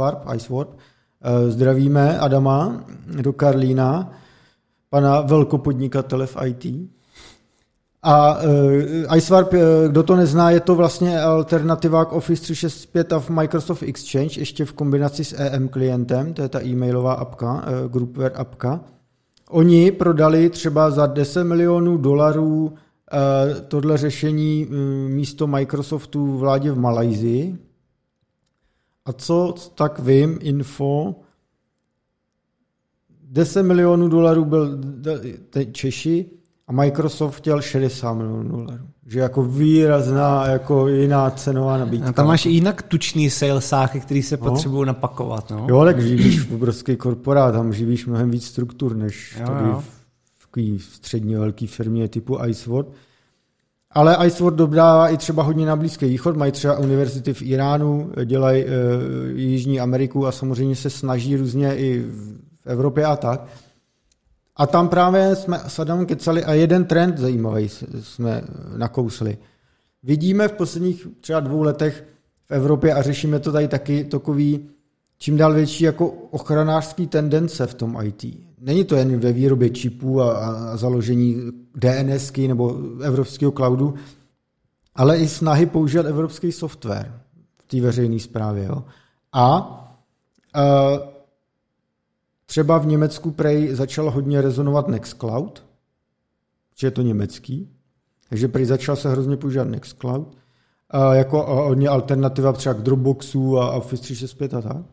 Zdravíme Adama do Karlína, pana velkopodnikatele v IT. A Icewarp, kdo to nezná, je to vlastně alternativa k Office 365 a v Microsoft Exchange, ještě v kombinaci s EM klientem, to je ta e-mailová apka, groupware apka. Oni prodali třeba za $10 milionů tohle řešení místo Microsoftu vládě v Malajsii. A co tak vím, info, $10 milionů byl Češi a Microsoft chtěl $60 milionů. Že jako výrazná, jako jiná cenová nabídka. A tam máš i jinak tučný salesáky, který se potřebují napakovat. No? Jo, tak živíš v obrovský korporát, tam živíš mnohem víc struktur, než tady v takový středně velký firmě typu Icewarp. Ale Icewarp dodává i třeba hodně na Blízký východ, mají třeba univerzity v Iránu, dělají Jižní Ameriku a samozřejmě se snaží různě i v Evropě a tak. A tam právě jsme s Adamem kecali a jeden trend zajímavý jsme nakousli. Vidíme v posledních třeba 2 letech v Evropě a řešíme to tady taky takový čím dál větší jako ochranářský tendence v tom IT. Není to jen ve výrobě čipů a založení DNSky nebo evropského cloudu, ale i snahy používat evropský software v té veřejné správě. Jo. A třeba v Německu prej začalo hodně rezonovat Nextcloud, že je to německý, takže prej začal se hrozně používat Nextcloud, jako hodně alternativa třeba k Dropboxu a Office 365 a tak.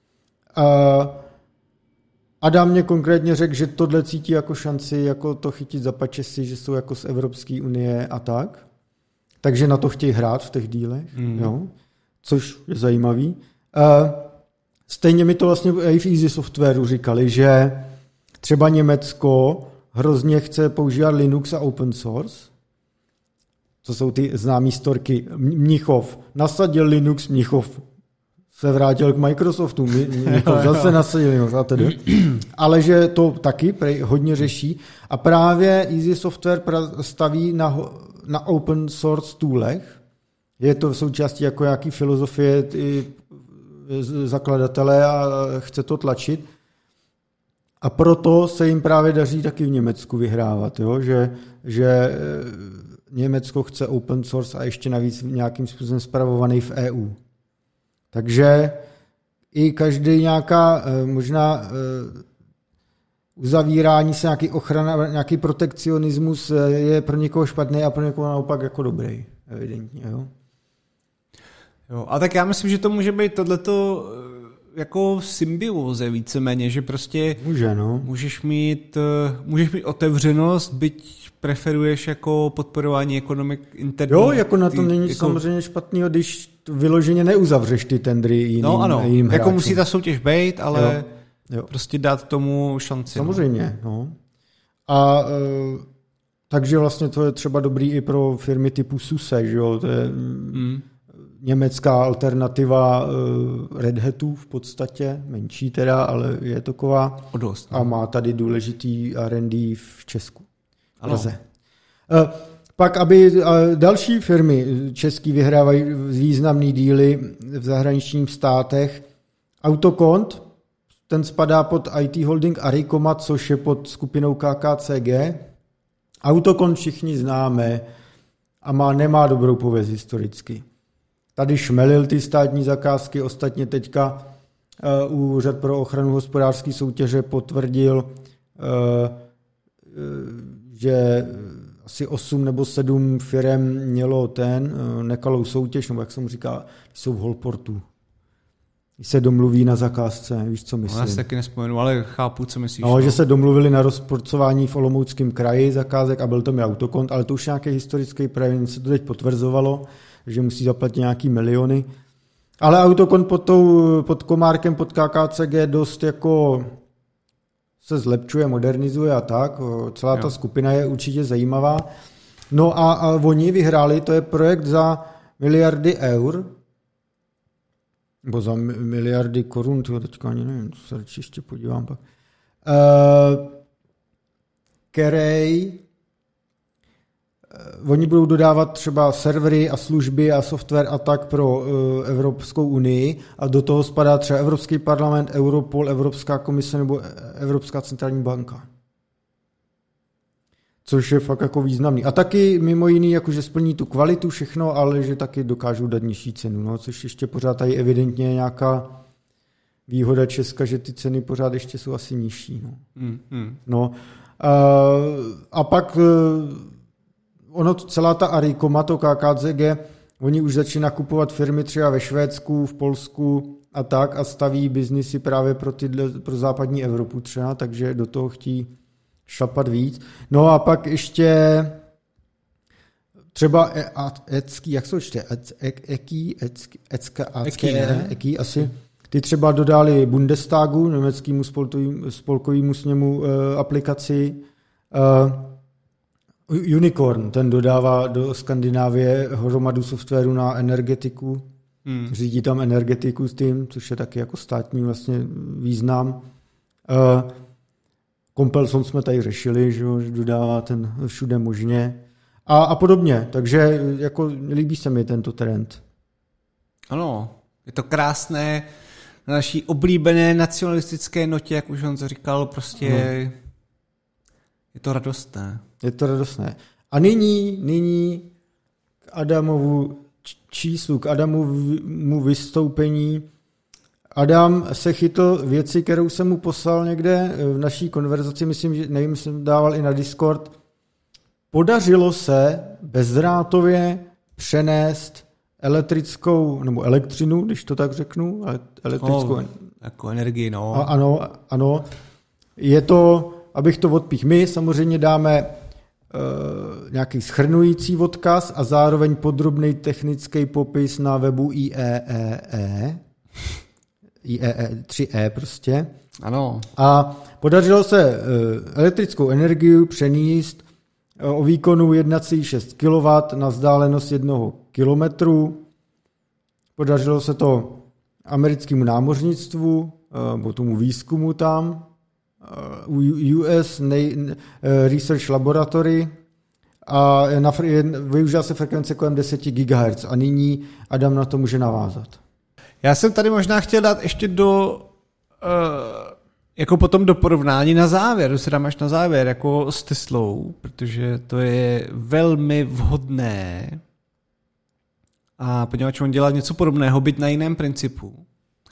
Adam mě konkrétně řekl, že tohle cítí jako šanci, jako to chytit za pačesy, že jsou jako z Evropské unie a tak. Takže na to chtějí hrát v těch dílech, jo? Což je zajímavý. Stejně mi to vlastně i v Easy Softwareu říkali, že třeba Německo hrozně chce používat Linux a open source. To jsou ty známý storky. Mnichov nasadil Linux, Mnichov se vrátil k Microsoftu, Mnichov zase nasadil Linux a tedy. Ale že to taky hodně řeší. A právě Easy Software staví na open source toolech. Je to v součástí jako nějaký filozofie zakladatele a chce to tlačit. A proto se jim právě daří taky v Německu vyhrávat, jo? Že Německo chce open source a ještě navíc nějakým způsobem spravovaný v EU. Takže i každý nějaká možná uzavírání se, nějaký ochrana, nějaký protekcionismus je pro někoho špatný a pro někoho naopak jako dobrý, evidentně, jo. Jo, a tak já myslím, že to může být tohleto jako symbioze víceméně, že prostě můžeš mít otevřenost, byť preferuješ jako podporování ekonomik interní. Jo, jako na tom není samozřejmě špatného, když vyloženě neuzavřeš ty tendry jiným hráčům. Jako musí ta soutěž být, ale prostě dát tomu šanci. Samozřejmě, no. A takže vlastně to je třeba dobrý i pro firmy typu SUSE, že jo, to je německá alternativa Red Hatu v podstatě, menší teda, ale je taková. A má tady důležitý R&D v Česku. Praze. Pak, aby další firmy český vyhrávají významný díly v zahraničních státech. Autokont, ten spadá pod IT Holding Arikoma, což je pod skupinou KKCG. Autokont všichni známe a nemá dobrou pověst historicky. Tady šmelil ty státní zakázky, ostatně teďka Úřad pro ochranu hospodářské soutěže potvrdil, že asi 8 nebo 7 firem mělo nekalou soutěž, nebo jak se mu říká, jsou v Holportu. Když se domluví na zakázce, víš, co myslím. Já si taky nespomenu, ale chápu, co myslíš. No, že se domluvili na rozporcování v Olomouckém kraji zakázek a byl to mi Autokont, ale to už nějaký historický projekt, se to teď potvrzovalo, že musí zaplatit nějaký miliony. Ale Autokont pod Komárkem, pod KKCG dost jako se zlepšuje, modernizuje a tak. Celá ta skupina je určitě zajímavá. No a oni vyhráli, to je projekt za miliardy eur, nebo za miliardy korun, teďka ani nevím, to se radši ještě podívám pak. Kerej, oni budou dodávat třeba servery a služby a software a tak pro Evropskou unii a do toho spadá třeba Evropský parlament, Europol, Evropská komise nebo Evropská centrální banka. což je fakt jako významný. A taky mimo jiný, jakože splní tu kvalitu všechno, ale že taky dokážou dát nižší cenu, no, což ještě pořád tady evidentně nějaká výhoda Česka, že ty ceny pořád ještě jsou asi nižší. No. No. A pak celá ta Arikoma, to KKZG, oni už začíná kupovat firmy třeba ve Švédsku, v Polsku a tak a staví biznisy právě pro západní Evropu třeba, takže do toho chtějí šlapat víc. No a pak ještě třeba jak se čte? Eki asi. Ty třeba dodali Bundestagu, německému spolkovému sněmu aplikaci. Unicorn, ten dodává do Skandinávie hromadu softwaru na energetiku. Řídí tam energetiku s tím, což je taky jako státní vlastně význam. Compelson jsme tady řešili, že dodává ten všude možně. A podobně, takže jako líbí se mi tento trend. Ano, je to krásné na naší oblíbené nacionalistické notě, jak už on to říkal, prostě je to radostné. Je to radostné. A nyní k Adamovu číslu, k Adamovu vystoupení. Adam se chytl věci, kterou jsem mu poslal někde v naší konverzaci, myslím, že nevím, jsem dával i na Discord. Podařilo se bezdrátově přenést elektrickou, nebo elektřinu, když to tak řeknu, elektrickou jako energii, no. Ano. Je to, abych to odpíchl, my samozřejmě dáme nějaký shrnující odkaz a zároveň podrobný technický popis na webu IEEE 3E prostě. Ano. A podařilo se elektrickou energii přenést o výkonu 1,6 kW na vzdálenost 1 kilometru. Podařilo se to americkému námořnictvu, nebo tomu výzkumu tam, US Research Laboratory a využila se frekvence kolem 10 GHz a nyní Adam na to může navázat. Já jsem tady možná chtěl dát ještě jako potom do porovnání na závěr, to se dám až na závěr, jako s Teslou, protože to je velmi vhodné a poněvadž on dělá něco podobného, byť na jiném principu.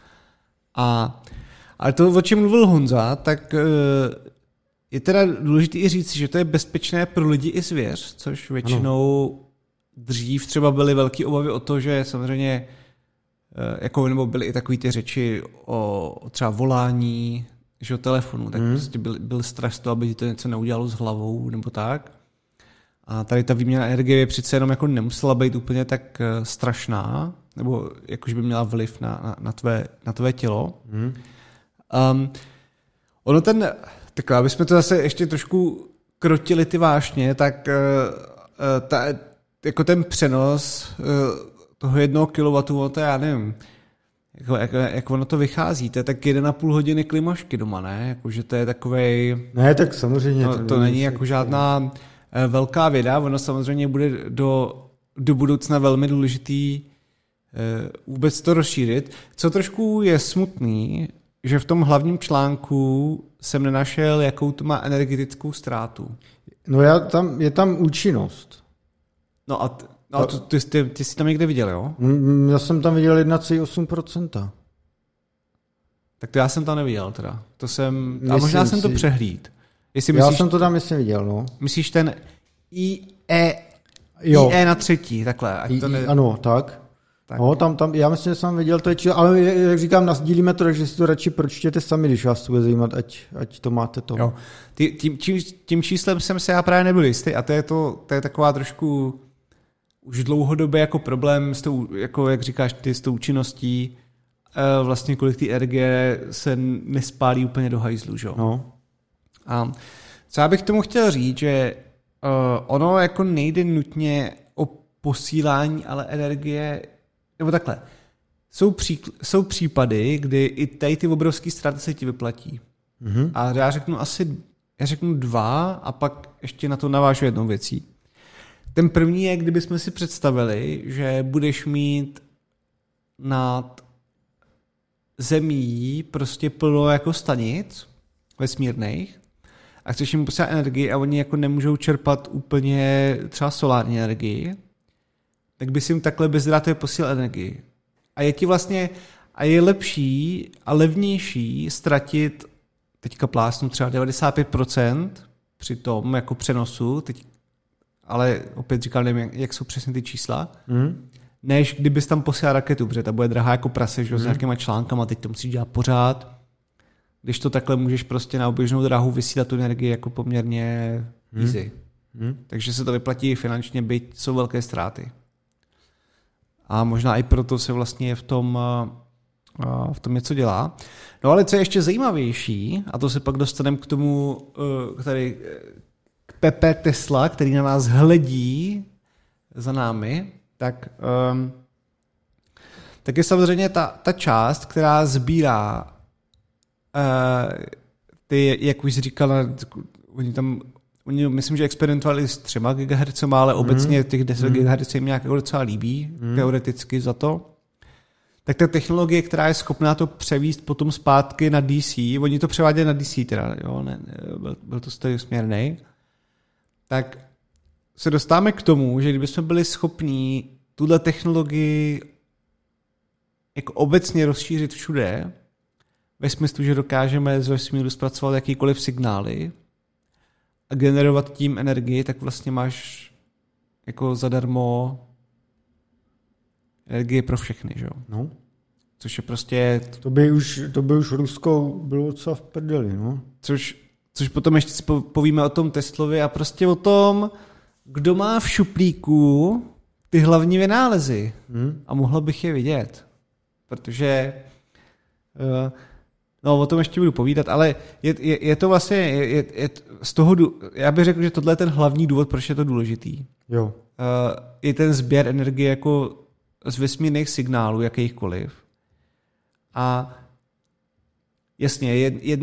Ale to, o čem mluvil Honza, tak je teda důležité i říct, že to je bezpečné pro lidi i zvěř, což většinou dřív třeba byly velké obavy o to, že samozřejmě jako, nebo byly i takové ty řeči o třeba volání, že o telefonu, tak prostě byl strach z toho, aby ti to něco neudělalo s hlavou nebo tak. A tady ta výměna energie přece jenom jako nemusela být úplně tak strašná, nebo jakože by měla vliv na tvé tělo. Ono tak aby jsme to zase ještě trošku krotili ty vášně, tak jako ten přenos toho 1 kW, to já nevím, jak ono to vychází, to je tak 1,5 hodiny klimošky doma, ne? Jakože to je takovej... Ne, tak samozřejmě. No, to není jako žádná velká věda, ono samozřejmě bude do budoucna velmi důležitý vůbec to rozšířit. Co trošku je smutný, že v tom hlavním článku jsem nenašel, jakou to má energetickou ztrátu. No je tam účinnost. No a ty jsi tam někde viděl, jo? Já jsem tam viděl 1,8%. Tak to já jsem tam neviděl teda. A možná jsem to přehlíd. Já jsem to tam myslím viděl, no. Myslíš ten IE na 3, takhle. Ano, tak. No, tam, já myslím, že jsem viděl to, ale jak říkám, nasdílíme to, takže si to radši pročtěte sami, když vás to bude zajímat, ať to máte to. Jo. Tím číslem jsem se já právě nebyl jistý a to je taková trošku už dlouhodobě jako problém s tou, jako jak říkáš ty, s tou účinností, vlastně kolik té energie se nespálí úplně do hajzlu, že jo? No. A co já bych tomu chtěl říct, že ono jako nejde nutně o posílání, ale energie, nebo takhle, jsou případy, kdy i tady ty obrovské ztráty se ti vyplatí. Mm-hmm. A já řeknu 2 a pak ještě na to navážu jednou věcí. Ten první je, kdybychom si představili, že budeš mít nad zemí prostě plno jako stanic vesmírných a a chceš jim posílat energii a oni jako nemůžou čerpat úplně třeba solární energii, tak bys jim takhle bezdrátově posílal energii. A je ti vlastně, a je lepší a levnější ztratit, teďka plásnu třeba 95% při tom jako přenosu, teď, ale opět říkal, nevím, jak jsou přesně ty čísla, než kdybys tam posílal raketu, protože ta bude drahá jako prase, že, s nějakýma článkama, teď to musíš dělat pořád. Když to takhle můžeš prostě na oběžnou dráhu vysílat tu energii jako poměrně easy. Takže se to vyplatí finančně, byť jsou velké ztráty. A možná i proto se vlastně v tom něco dělá. No ale co je ještě zajímavější, a to se pak dostaneme k tomu, tady k Pepe Tesla, který na nás hledí za námi, tak je samozřejmě ta část, která sbírá ty, jak už jsi říkala, oni myslím, že experimentovali s 3 GHz, ale obecně těch 10 GHz jim nějak docela líbí, teoreticky za to. Tak ta technologie, která je schopná to převíst potom zpátky na DC, oni to převáděli na DC teda, jo, byl to stejnosměrný, tak se dostáváme k tomu, že kdybychom byli schopní tuhle technologii jako obecně rozšířit všude, ve smyslu, že dokážeme z vesmíru zpracovat jakýkoliv signály a generovat tím energii, tak vlastně máš jako zadarmo energie pro všechny, že jo? No. Což je prostě... To by už Rusko bylo docela v prdeli, no. Což potom ještě povíme o tom Teslovi a prostě o tom, kdo má v šuplíku ty hlavní vynálezy. A mohla bych je vidět. Protože... No, o tom ještě budu povídat, ale je to vlastně, je z toho, já bych řekl, že tohle je ten hlavní důvod, proč je to důležitý. Jo. Je ten sběr energie jako z vesmírných signálů, jakýchkoliv. A jasně,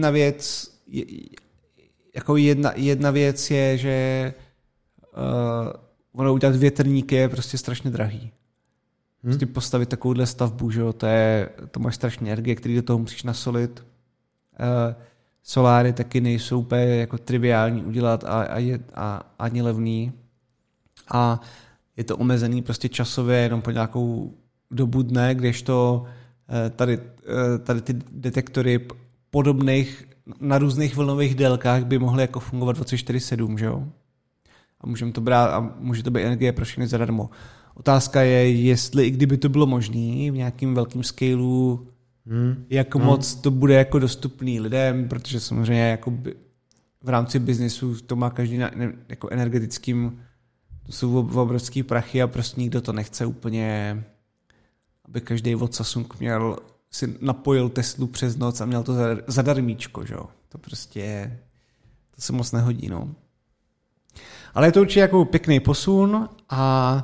jedna věc je, že ono udělat větrníky je prostě strašně drahý. Prostě postavit takovouhle stavbu, že jo, to máš strašně energie, který do toho musíš nasolit. Soláry taky nejsou úplně jako triviální udělat a ani levný. A je to omezený prostě časově jenom po nějakou dobu dne, kdežto tady ty detektory podobných na různých vlnových délkách by mohly jako fungovat 24/7, že jo? A můžeme to brát a může to být energie pro všechny zadarmo. Otázka je, jestli i kdyby to bylo možné v nějakým velkým scaleu, jak moc to bude jako dostupný lidem, protože samozřejmě jako v rámci biznesu to má každý jako energetickým, to jsou obrovský prachy a prostě nikdo to nechce úplně, aby každý od Samsung si napojil Teslu přes noc a měl to zadarmíčko, že jo. To prostě, to se moc nehodí, no. Ale je to určitě jako pěkný posun a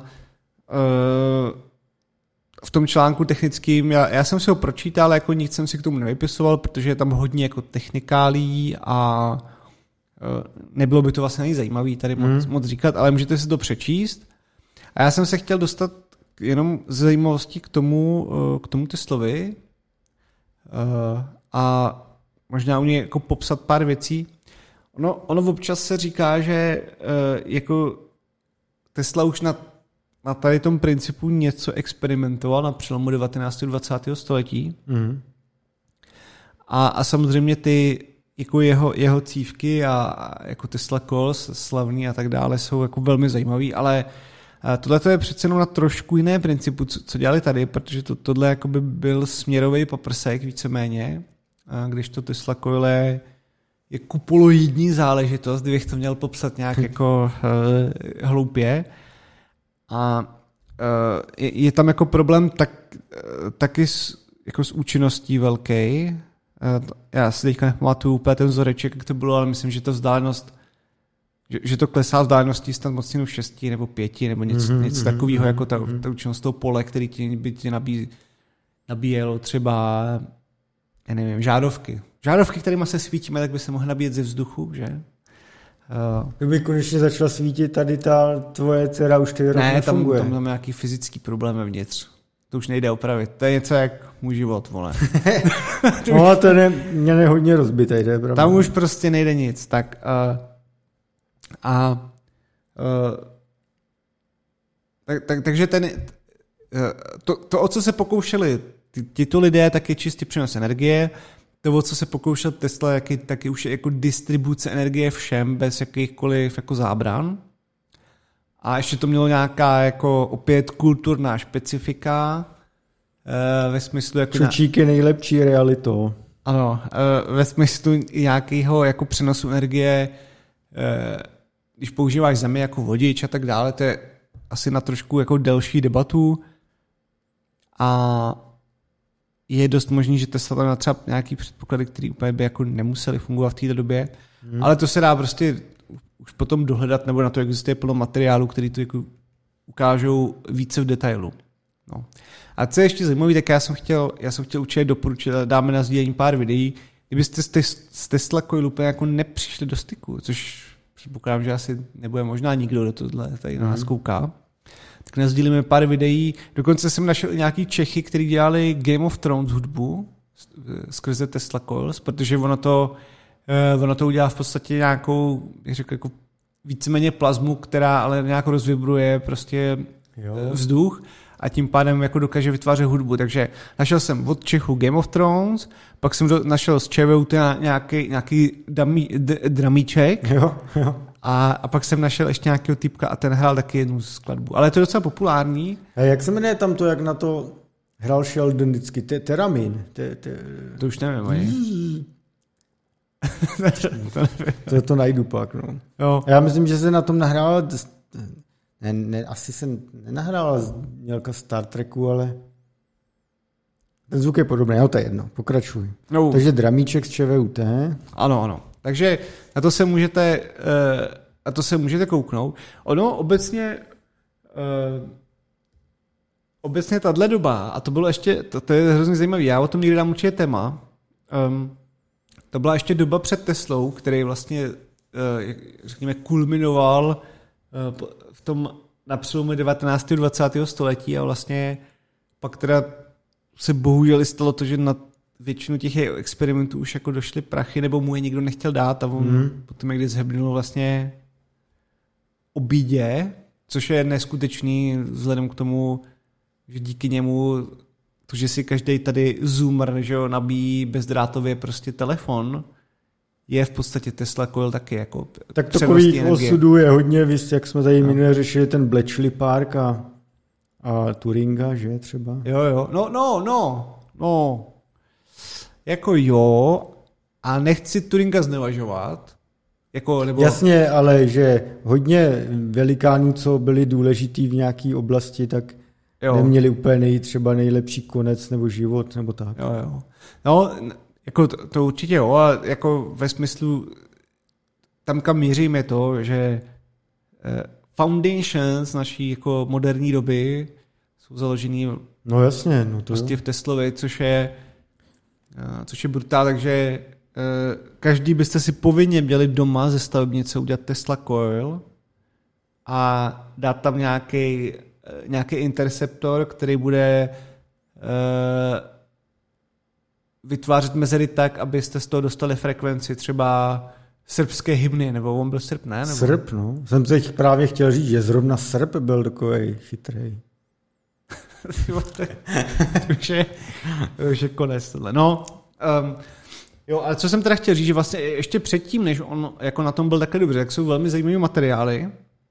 v tom článku technickým, já jsem si ho pročítal, jako nic jsem si k tomu nevypisoval, protože je tam hodně jako technikálí a nebylo by to vlastně ani zajímavý tady moc říkat, ale můžete si to přečíst. A já jsem se chtěl dostat jenom z zajímavostí k tomu Teslovi a možná u něj jako popsat pár věcí. Ono občas se říká, že jako Tesla už na tady tom principu něco experimentoval na přelomu 19. a 20. století. A samozřejmě ty jako jeho cívky a jako Tesla Calls, slavný a tak dále, jsou jako velmi zajímavý, ale tohle je přece jenom na trošku jiné principu, co dělali tady, protože tohle jako by byl směrový paprsek víceméně, když to Tesla Coil je kupoloidní záležitost, kdybych to měl popsat nějak jako hloupě. A je tam jako problém taky jako s účinností velký. Já si teďka nepamatuju úplně ten vzoreček, jak to bylo, ale myslím, že to vzdálenost, že to klesá vzdáleností snad mocninu 6 nebo 5 nebo něco takového, jako ta účinnost toho pole, který by ti nabíjelo třeba, já nevím, žárovky. Žárovky, kterýma se svítíme, tak by se mohly nabíjet ze vzduchu, že? Kdyby konečně začala svítit, tady ta tvoje dcera už teď nefunguje. Ne, tam nějaký fyzický problém vnitř. To už nejde opravit. To je něco jak můj život, vole. No, to mě hodně rozbitej, to je pravda. Tam už prostě nejde nic. Tak takže to, o co se pokoušeli tito lidé, tak je čistě přenos energie. To, o co se pokoušel Tesla, taky už je jako distribuce energie všem, bez jakýchkoliv jako zábran. A ještě to mělo nějaká jako opět kulturná specifika ve smyslu jako... Čučík je nejlepší realito. Ano, ve smyslu nějakého jako přenosu energie, když používáš zemi jako vodič a tak dále, to je asi na trošku jako delší debatu a je dost možný, že Tesla tam má třeba nějaký předpoklady, které úplně by jako nemusely fungovat v této době, ale to se dá prostě už potom dohledat, nebo na to existuje plno materiálu, který to jako ukážou více v detailu. No. A co je ještě zajímavé, tak já jsem chtěl určitě doporučit, dáme na sdílení pár videí, kdybyste s Tesla Coil úplně jako nepřišli do styku, což předpokládám, že asi nebude možná nikdo, kdo tohle tady na nás kouká, tak nasdílíme pár videí. Dokonce jsem našel i nějaký Čechy, kteří dělali Game of Thrones hudbu skrze Tesla Coils, protože ono to udělá v podstatě nějakou, jak řekl, jako víceméně plazmu, která ale nějak rozvibruje prostě vzduch a tím pádem jako dokáže vytvářet hudbu. Takže našel jsem od Čechu Game of Thrones, pak jsem našel z ČVUT nějaký dramíček a pak jsem našel ještě nějakého typka a ten hrál taky jednu skladbu. Ale to je docela populární. A jak se jmenuje tam to, jak na to hrál Sheldon vždycky? Teramin. To už nevím. To najdu pak. No. Jo. Já myslím, že se na tom nahrál asi se nenahrál nějaká Star Treku, ale ten zvuk je podobný, ale to je jedno, pokračuj. No. Takže dramíček z ČVUT. Ano. Takže na to se můžete kouknout. Ono obecně tahle doba, a to bylo ještě, to je hrozně zajímavé, já o tom někdy dám určitě téma, to byla ještě doba před Teslou, který vlastně, řekněme, kulminoval v tom na přelomu 19. a 20. století a vlastně pak teda se bohužel stalo to, že na většinu těch experimentů už jako došly prachy, nebo mu je nikdo nechtěl dát a on potom někdy zhebnul vlastně obídě, což je neskutečný vzhledem k tomu, že díky němu to, že si každý tady zoomer, že jo, nabíjí bezdrátově prostě telefon, je v podstatě Tesla Coil taky jako tak takových osudů je hodně, jak jsme tady minule řešili ten Bletchley Park a Turinga, že třeba? Jo. No. Jako jo, a nechci Turinga znevažovat. Jako, nebo... Jasně, ale že hodně velikánů, co byli důležitý v nějaké oblasti, tak neměli úplně třeba nejlepší konec nebo život, nebo tak. Jo. No, jako to určitě jo, a jako ve smyslu tam, kam mířím, je to, že foundations naší jako moderní doby jsou založený prostě v Teslovi, což je brutál, takže každý byste si povinně měli doma ze stavebnice udělat Tesla Coil a dát tam nějaký interceptor, který bude vytvářet mezery tak, abyste z toho dostali frekvenci třeba srbské hymny, nebo on byl Srb, ne? Nebo... Srb, no. Jsem teď právě chtěl říct, že zrovna Srb byl takovej chytrej. to už je konec tohle. No, jo, ale co jsem teda chtěl říct, že vlastně ještě předtím, než on jako na tom byl takhle dobře, tak jsou velmi zajímavé materiály.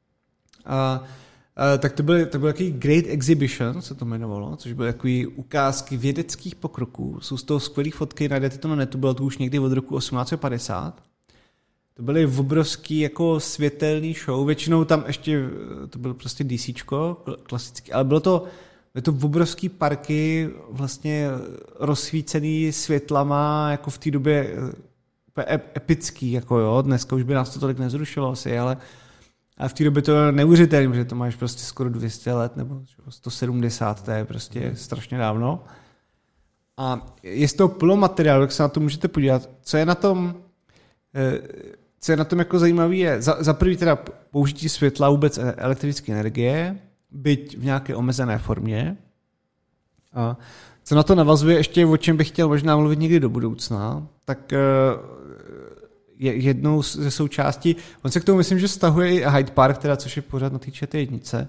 Tak to byl takový Great Exhibition, se to jmenovalo, což byly takový ukázky vědeckých pokroků. Jsou z toho skvělý fotky, najdete to na netu, bylo to už někdy od roku 1850. To byly obrovský jako světelný show, většinou tam ještě, to bylo prostě DCčko, klasický, ale bylo to obrovský parky, vlastně rozsvícený světlama, jako v té době epický, jako jo, dneska už by nás to tolik nezrušilo asi, ale v té době to je neuvěřitelné, že to máš prostě skoro 200 let, nebo 170, to je prostě strašně dávno. A je z toho plno materiálu, tak se na to můžete podívat. Co je na tom jako zajímavé je, za prvý teda použití světla, vůbec elektrické energie, byť v nějaké omezené formě. A co na to navazuje, ještě o čem bych chtěl možná mluvit někdy do budoucna, tak jednou ze součástí, on se k tomu myslím, že vztahuje i Hyde Park, teda, což je pořád na té jednice.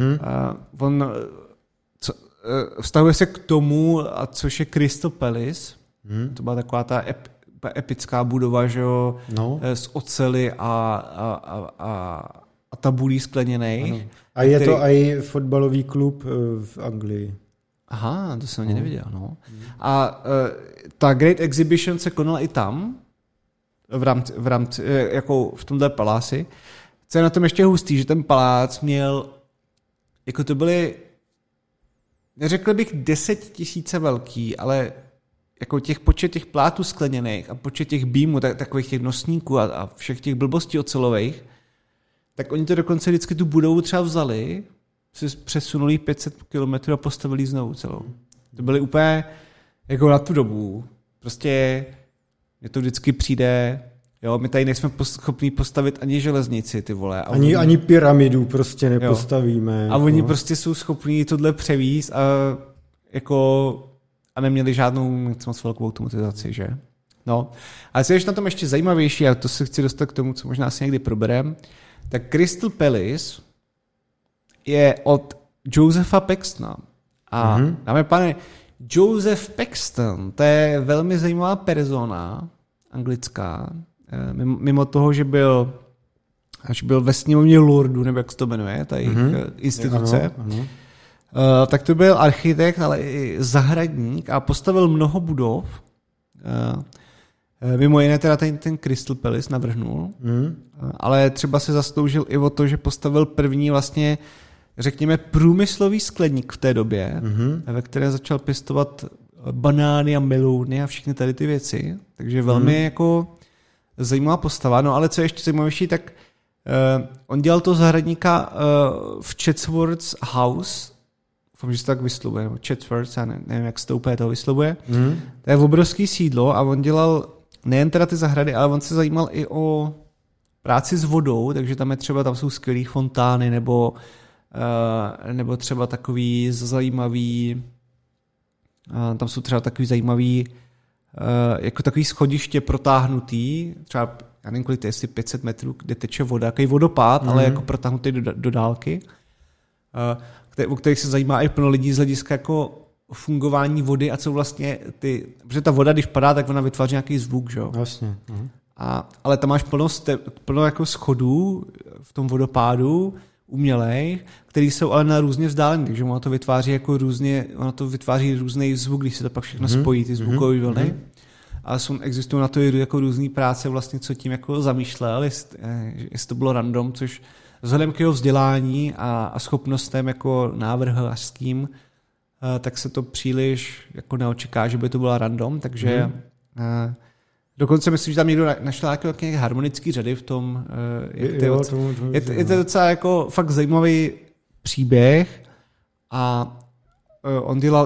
Vztahuje se k tomu, a což je Crystal Palace. To byla taková ta epická budova, že jo, z oceli a tabulí skleněných. A je to i fotbalový klub v Anglii. Aha, to jsem ani neviděl. No. A ta Great Exhibition se konala i tam, v rámci jako v tomhle paláci. Co je na tom ještě hustý, že ten palác měl, jako to byly, neřekl bych 10 000 velký, ale jako počet těch plátů skleněných a počet těch beamů, takových těch nosníků a všech těch blbostí ocelových, tak oni to dokonce vždycky tu budovu třeba vzali, si přesunuli 500 kilometrů a postavili znovu celou. To byly úplně jako na tu dobu. Prostě mě to vždycky přijde, jo, my tady nejsme schopní postavit ani železnici, ty vole. Ani pyramidu prostě nepostavíme. A oni prostě jsou schopní tohle převízt a neměli žádnou moc velkou automatizaci, že? No. Ale co je na tom ještě zajímavější, a to se chci dostat k tomu, co možná si někdy proberem, tak Crystal Palace je od Josepha Paxtona. A dáme pane, Joseph Paxton, to je velmi zajímavá persona anglická, mimo toho, že byl ve sněmovně lordů, nebo jak se to jmenuje, ta jejich instituce, ano. Tak to byl architekt, ale i zahradník a postavil mnoho budov. Mimo jiné teda ten Crystal Palace navrhnul, ale třeba se zasloužil i o to, že postavil první vlastně, řekněme, průmyslový skleník v té době, ve které začal pěstovat banány a melouny a všechny tady ty věci. Takže velmi jako zajímavá postava. No ale co je ještě zajímavější, tak on dělal to zahradníka v Chatsworth House, že se tak vyslovuje, nebo Chatsworth, já nevím, jak se to úplně toho vyslovuje. To je obrovský sídlo a on dělal nejen teda ty zahrady, ale on se zajímal i o práci s vodou, takže tam jsou skvělý fontány, nebo třeba takový zajímavý, tam jsou třeba takový zajímavý, jako takový schodiště protáhnutý, třeba, já nevím kolik to je, jestli 500 metrů, kde teče voda, takový vodopád, ale jako protáhnutý do dálky, u kterých se zajímá i plno lidí z hlediska jako fungování vody a co vlastně protože ta voda, když padá, tak ona vytváří nějaký zvuk, že jo? Vlastně. Ale tam máš plno jako schodů v tom vodopádu, umělej, který jsou ale na různě vzdálený, takže ono to vytváří různý zvuk, když se to pak všechno spojí, ty zvukové vlny. A existují na to jako různý práce, vlastně, co tím jako zamýšlel, jestli to bylo random, což vzhledem k jeho vzdělání a schopnostem jako návrhářským, tak se to příliš jako neočeká, že by to byla random, takže dokonce myslím, že tam někdo našel nějaké harmonické řady v tom. Je to docela jako fakt zajímavý příběh a on dělal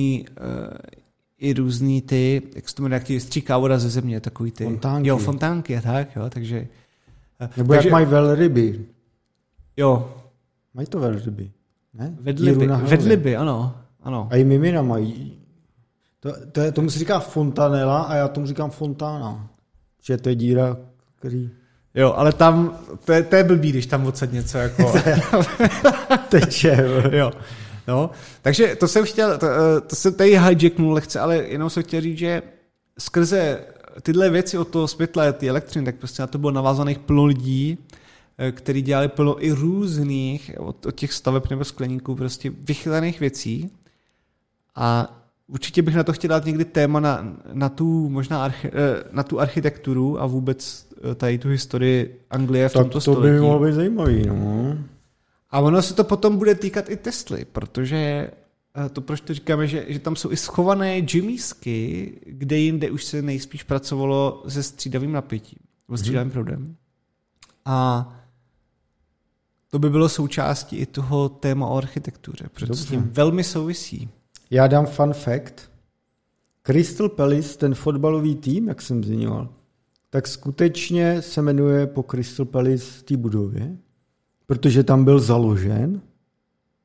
i různý ty, jak se to jmenuje, jak stříká voda ze země, takový ty. Fontánky. Jo, fontánky, tak, jo, takže. Nebo jak mají velryby. Jo. Mají to velryby, ne? Vedliby, ano. A i mimina mají. Tomu se říká fontanela a já tomu říkám fontána. Že to je díra, který... Jo, ale tam, to je blbý, když tam odsaď něco jako... Teče. Jo. No, takže to jsem chtěl, to jsem tady hijacknul lehce, ale jenom jsem chtěl říct, že skrze tyhle věci od toho světla, ty elektřiny, tak prostě na to bylo navázaných plno lidí, který dělali plno i různých od těch staveb nebo skleníků prostě vychylených věcí. A určitě bych na to chtěl dát někdy téma na tu možná na tu architekturu a vůbec tady tu historii Anglie v tomto století. To by mohlo být zajímavý, no. A ono se to potom bude týkat i Tesly, protože proč to říkáme, že tam jsou i schované Jimmysky, kde jinde už se nejspíš pracovalo se střídavým napětím, se střídavým proudem. A to by bylo součástí i toho téma o architektuře, protože s tím velmi souvisí. Já dám fun fact. Crystal Palace, ten fotbalový tým, jak jsem zmiňoval, tak skutečně se jmenuje po Crystal Palace té budově, protože tam byl založen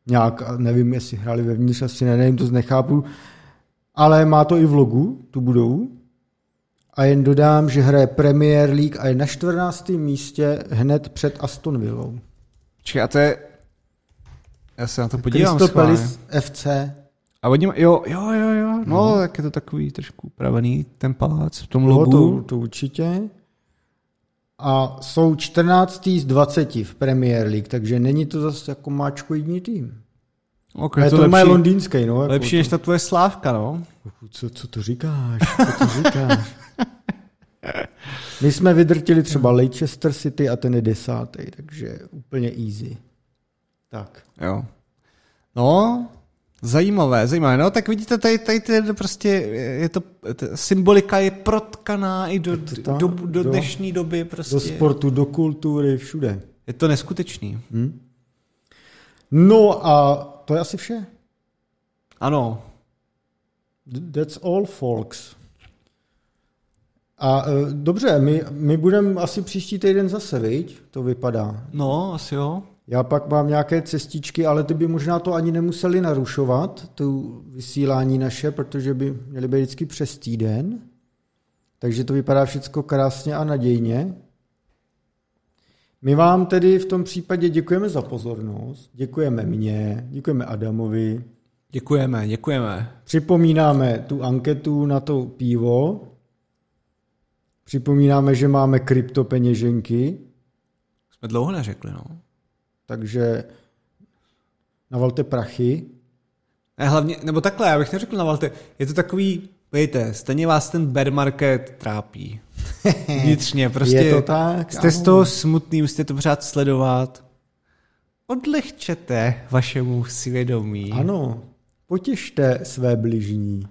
nějak, nevím, jestli hráli vevnitř, asi nevím, to nechápu, ale má to i v logu, tu budovu. A jen dodám, že hraje Premier League a je na 14. místě hned před Aston Villou. Čekaj, a to je... Já se na to podívám. Crystal Palace FC. A oni jo. No, tak je to takový trošku upravený, ten palác v tom logu. To určitě. A jsou 14. z 20 v Premier League, takže není to zase jako máčkoidní tým. Okay, je to lepší, londýnský, no. Lepší než ta tvoje Slávka, no. Co to říkáš? My jsme vydrtili třeba Leicester City a ten je 10. Takže úplně easy. Tak. Jo. No, zajímavé. No, tak vidíte, tady prostě je to symbolika je protkaná i do dnešní doby. Prostě. Do sportu, do kultury, všude. Je to neskutečný. No a to je asi vše. Ano. That's all, folks. A dobře, my budeme asi příští týden zase, viď? To vypadá. No, asi jo. Já pak mám nějaké cestičky, ale ty by možná to ani nemuseli narušovat, tu vysílání naše, protože by měly být vždycky přes týden. Takže to vypadá všecko krásně a nadějně. My vám tedy v tom případě děkujeme za pozornost, děkujeme mně, děkujeme Adamovi. Děkujeme. Připomínáme tu anketu na to pivo. Připomínáme, že máme kryptopeněženky. Jsme dlouho neřekli, no. Takže navalte prachy. Ne, hlavně, nebo takhle, já bych neřekl navalte. Je to takový, pojďte, stejně vás ten bear market trápí. Vnitřně, prostě. Je to tak? Jste z toho smutný, musíte to pořád sledovat. Odlehčete vašemu svědomí. Ano, potěšte své bližní.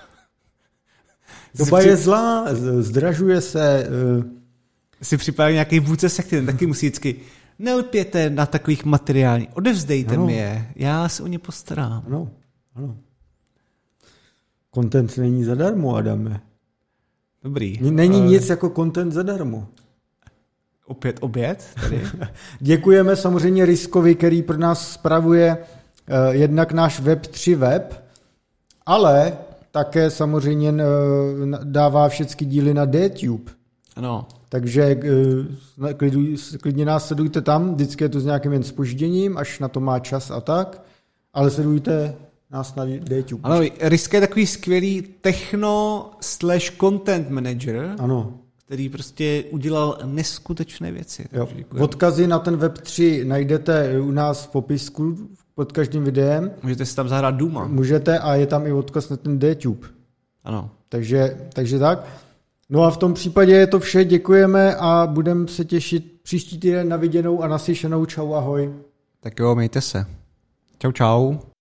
Doba je zlá, zdražuje se. Si připadá nějaký vůdce sekty, ten taky musí vždycky nelpěte na takových materiálních, odevzdejte mi je, já se o ně postarám. Ano. Content není zadarmo, Adame. Dobrý. Není nic jako content zadarmo. Opět oběd tady. Děkujeme samozřejmě Riskovi, který pro nás spravuje jednak náš Web3 web, ale také samozřejmě dává všechny díly na DTube. Ano. Takže klidně nás sledujte tam, vždycky je to s nějakým jen zpožděním, až na to má čas a tak, ale sledujte nás na DTube. Ano, Risk je takový skvělý techno/content manager, ano, který prostě udělal neskutečné věci. Odkazy na ten Web3 najdete u nás v popisku pod každým videem. Můžete si tam zahrát Duma. Můžete a je tam i odkaz na ten DTube. Ano. Takže tak. No a v tom případě je to vše, děkujeme a budeme se těšit příští týden na viděnou a naslyšenou. Čau, ahoj. Tak jo, mějte se. Čau.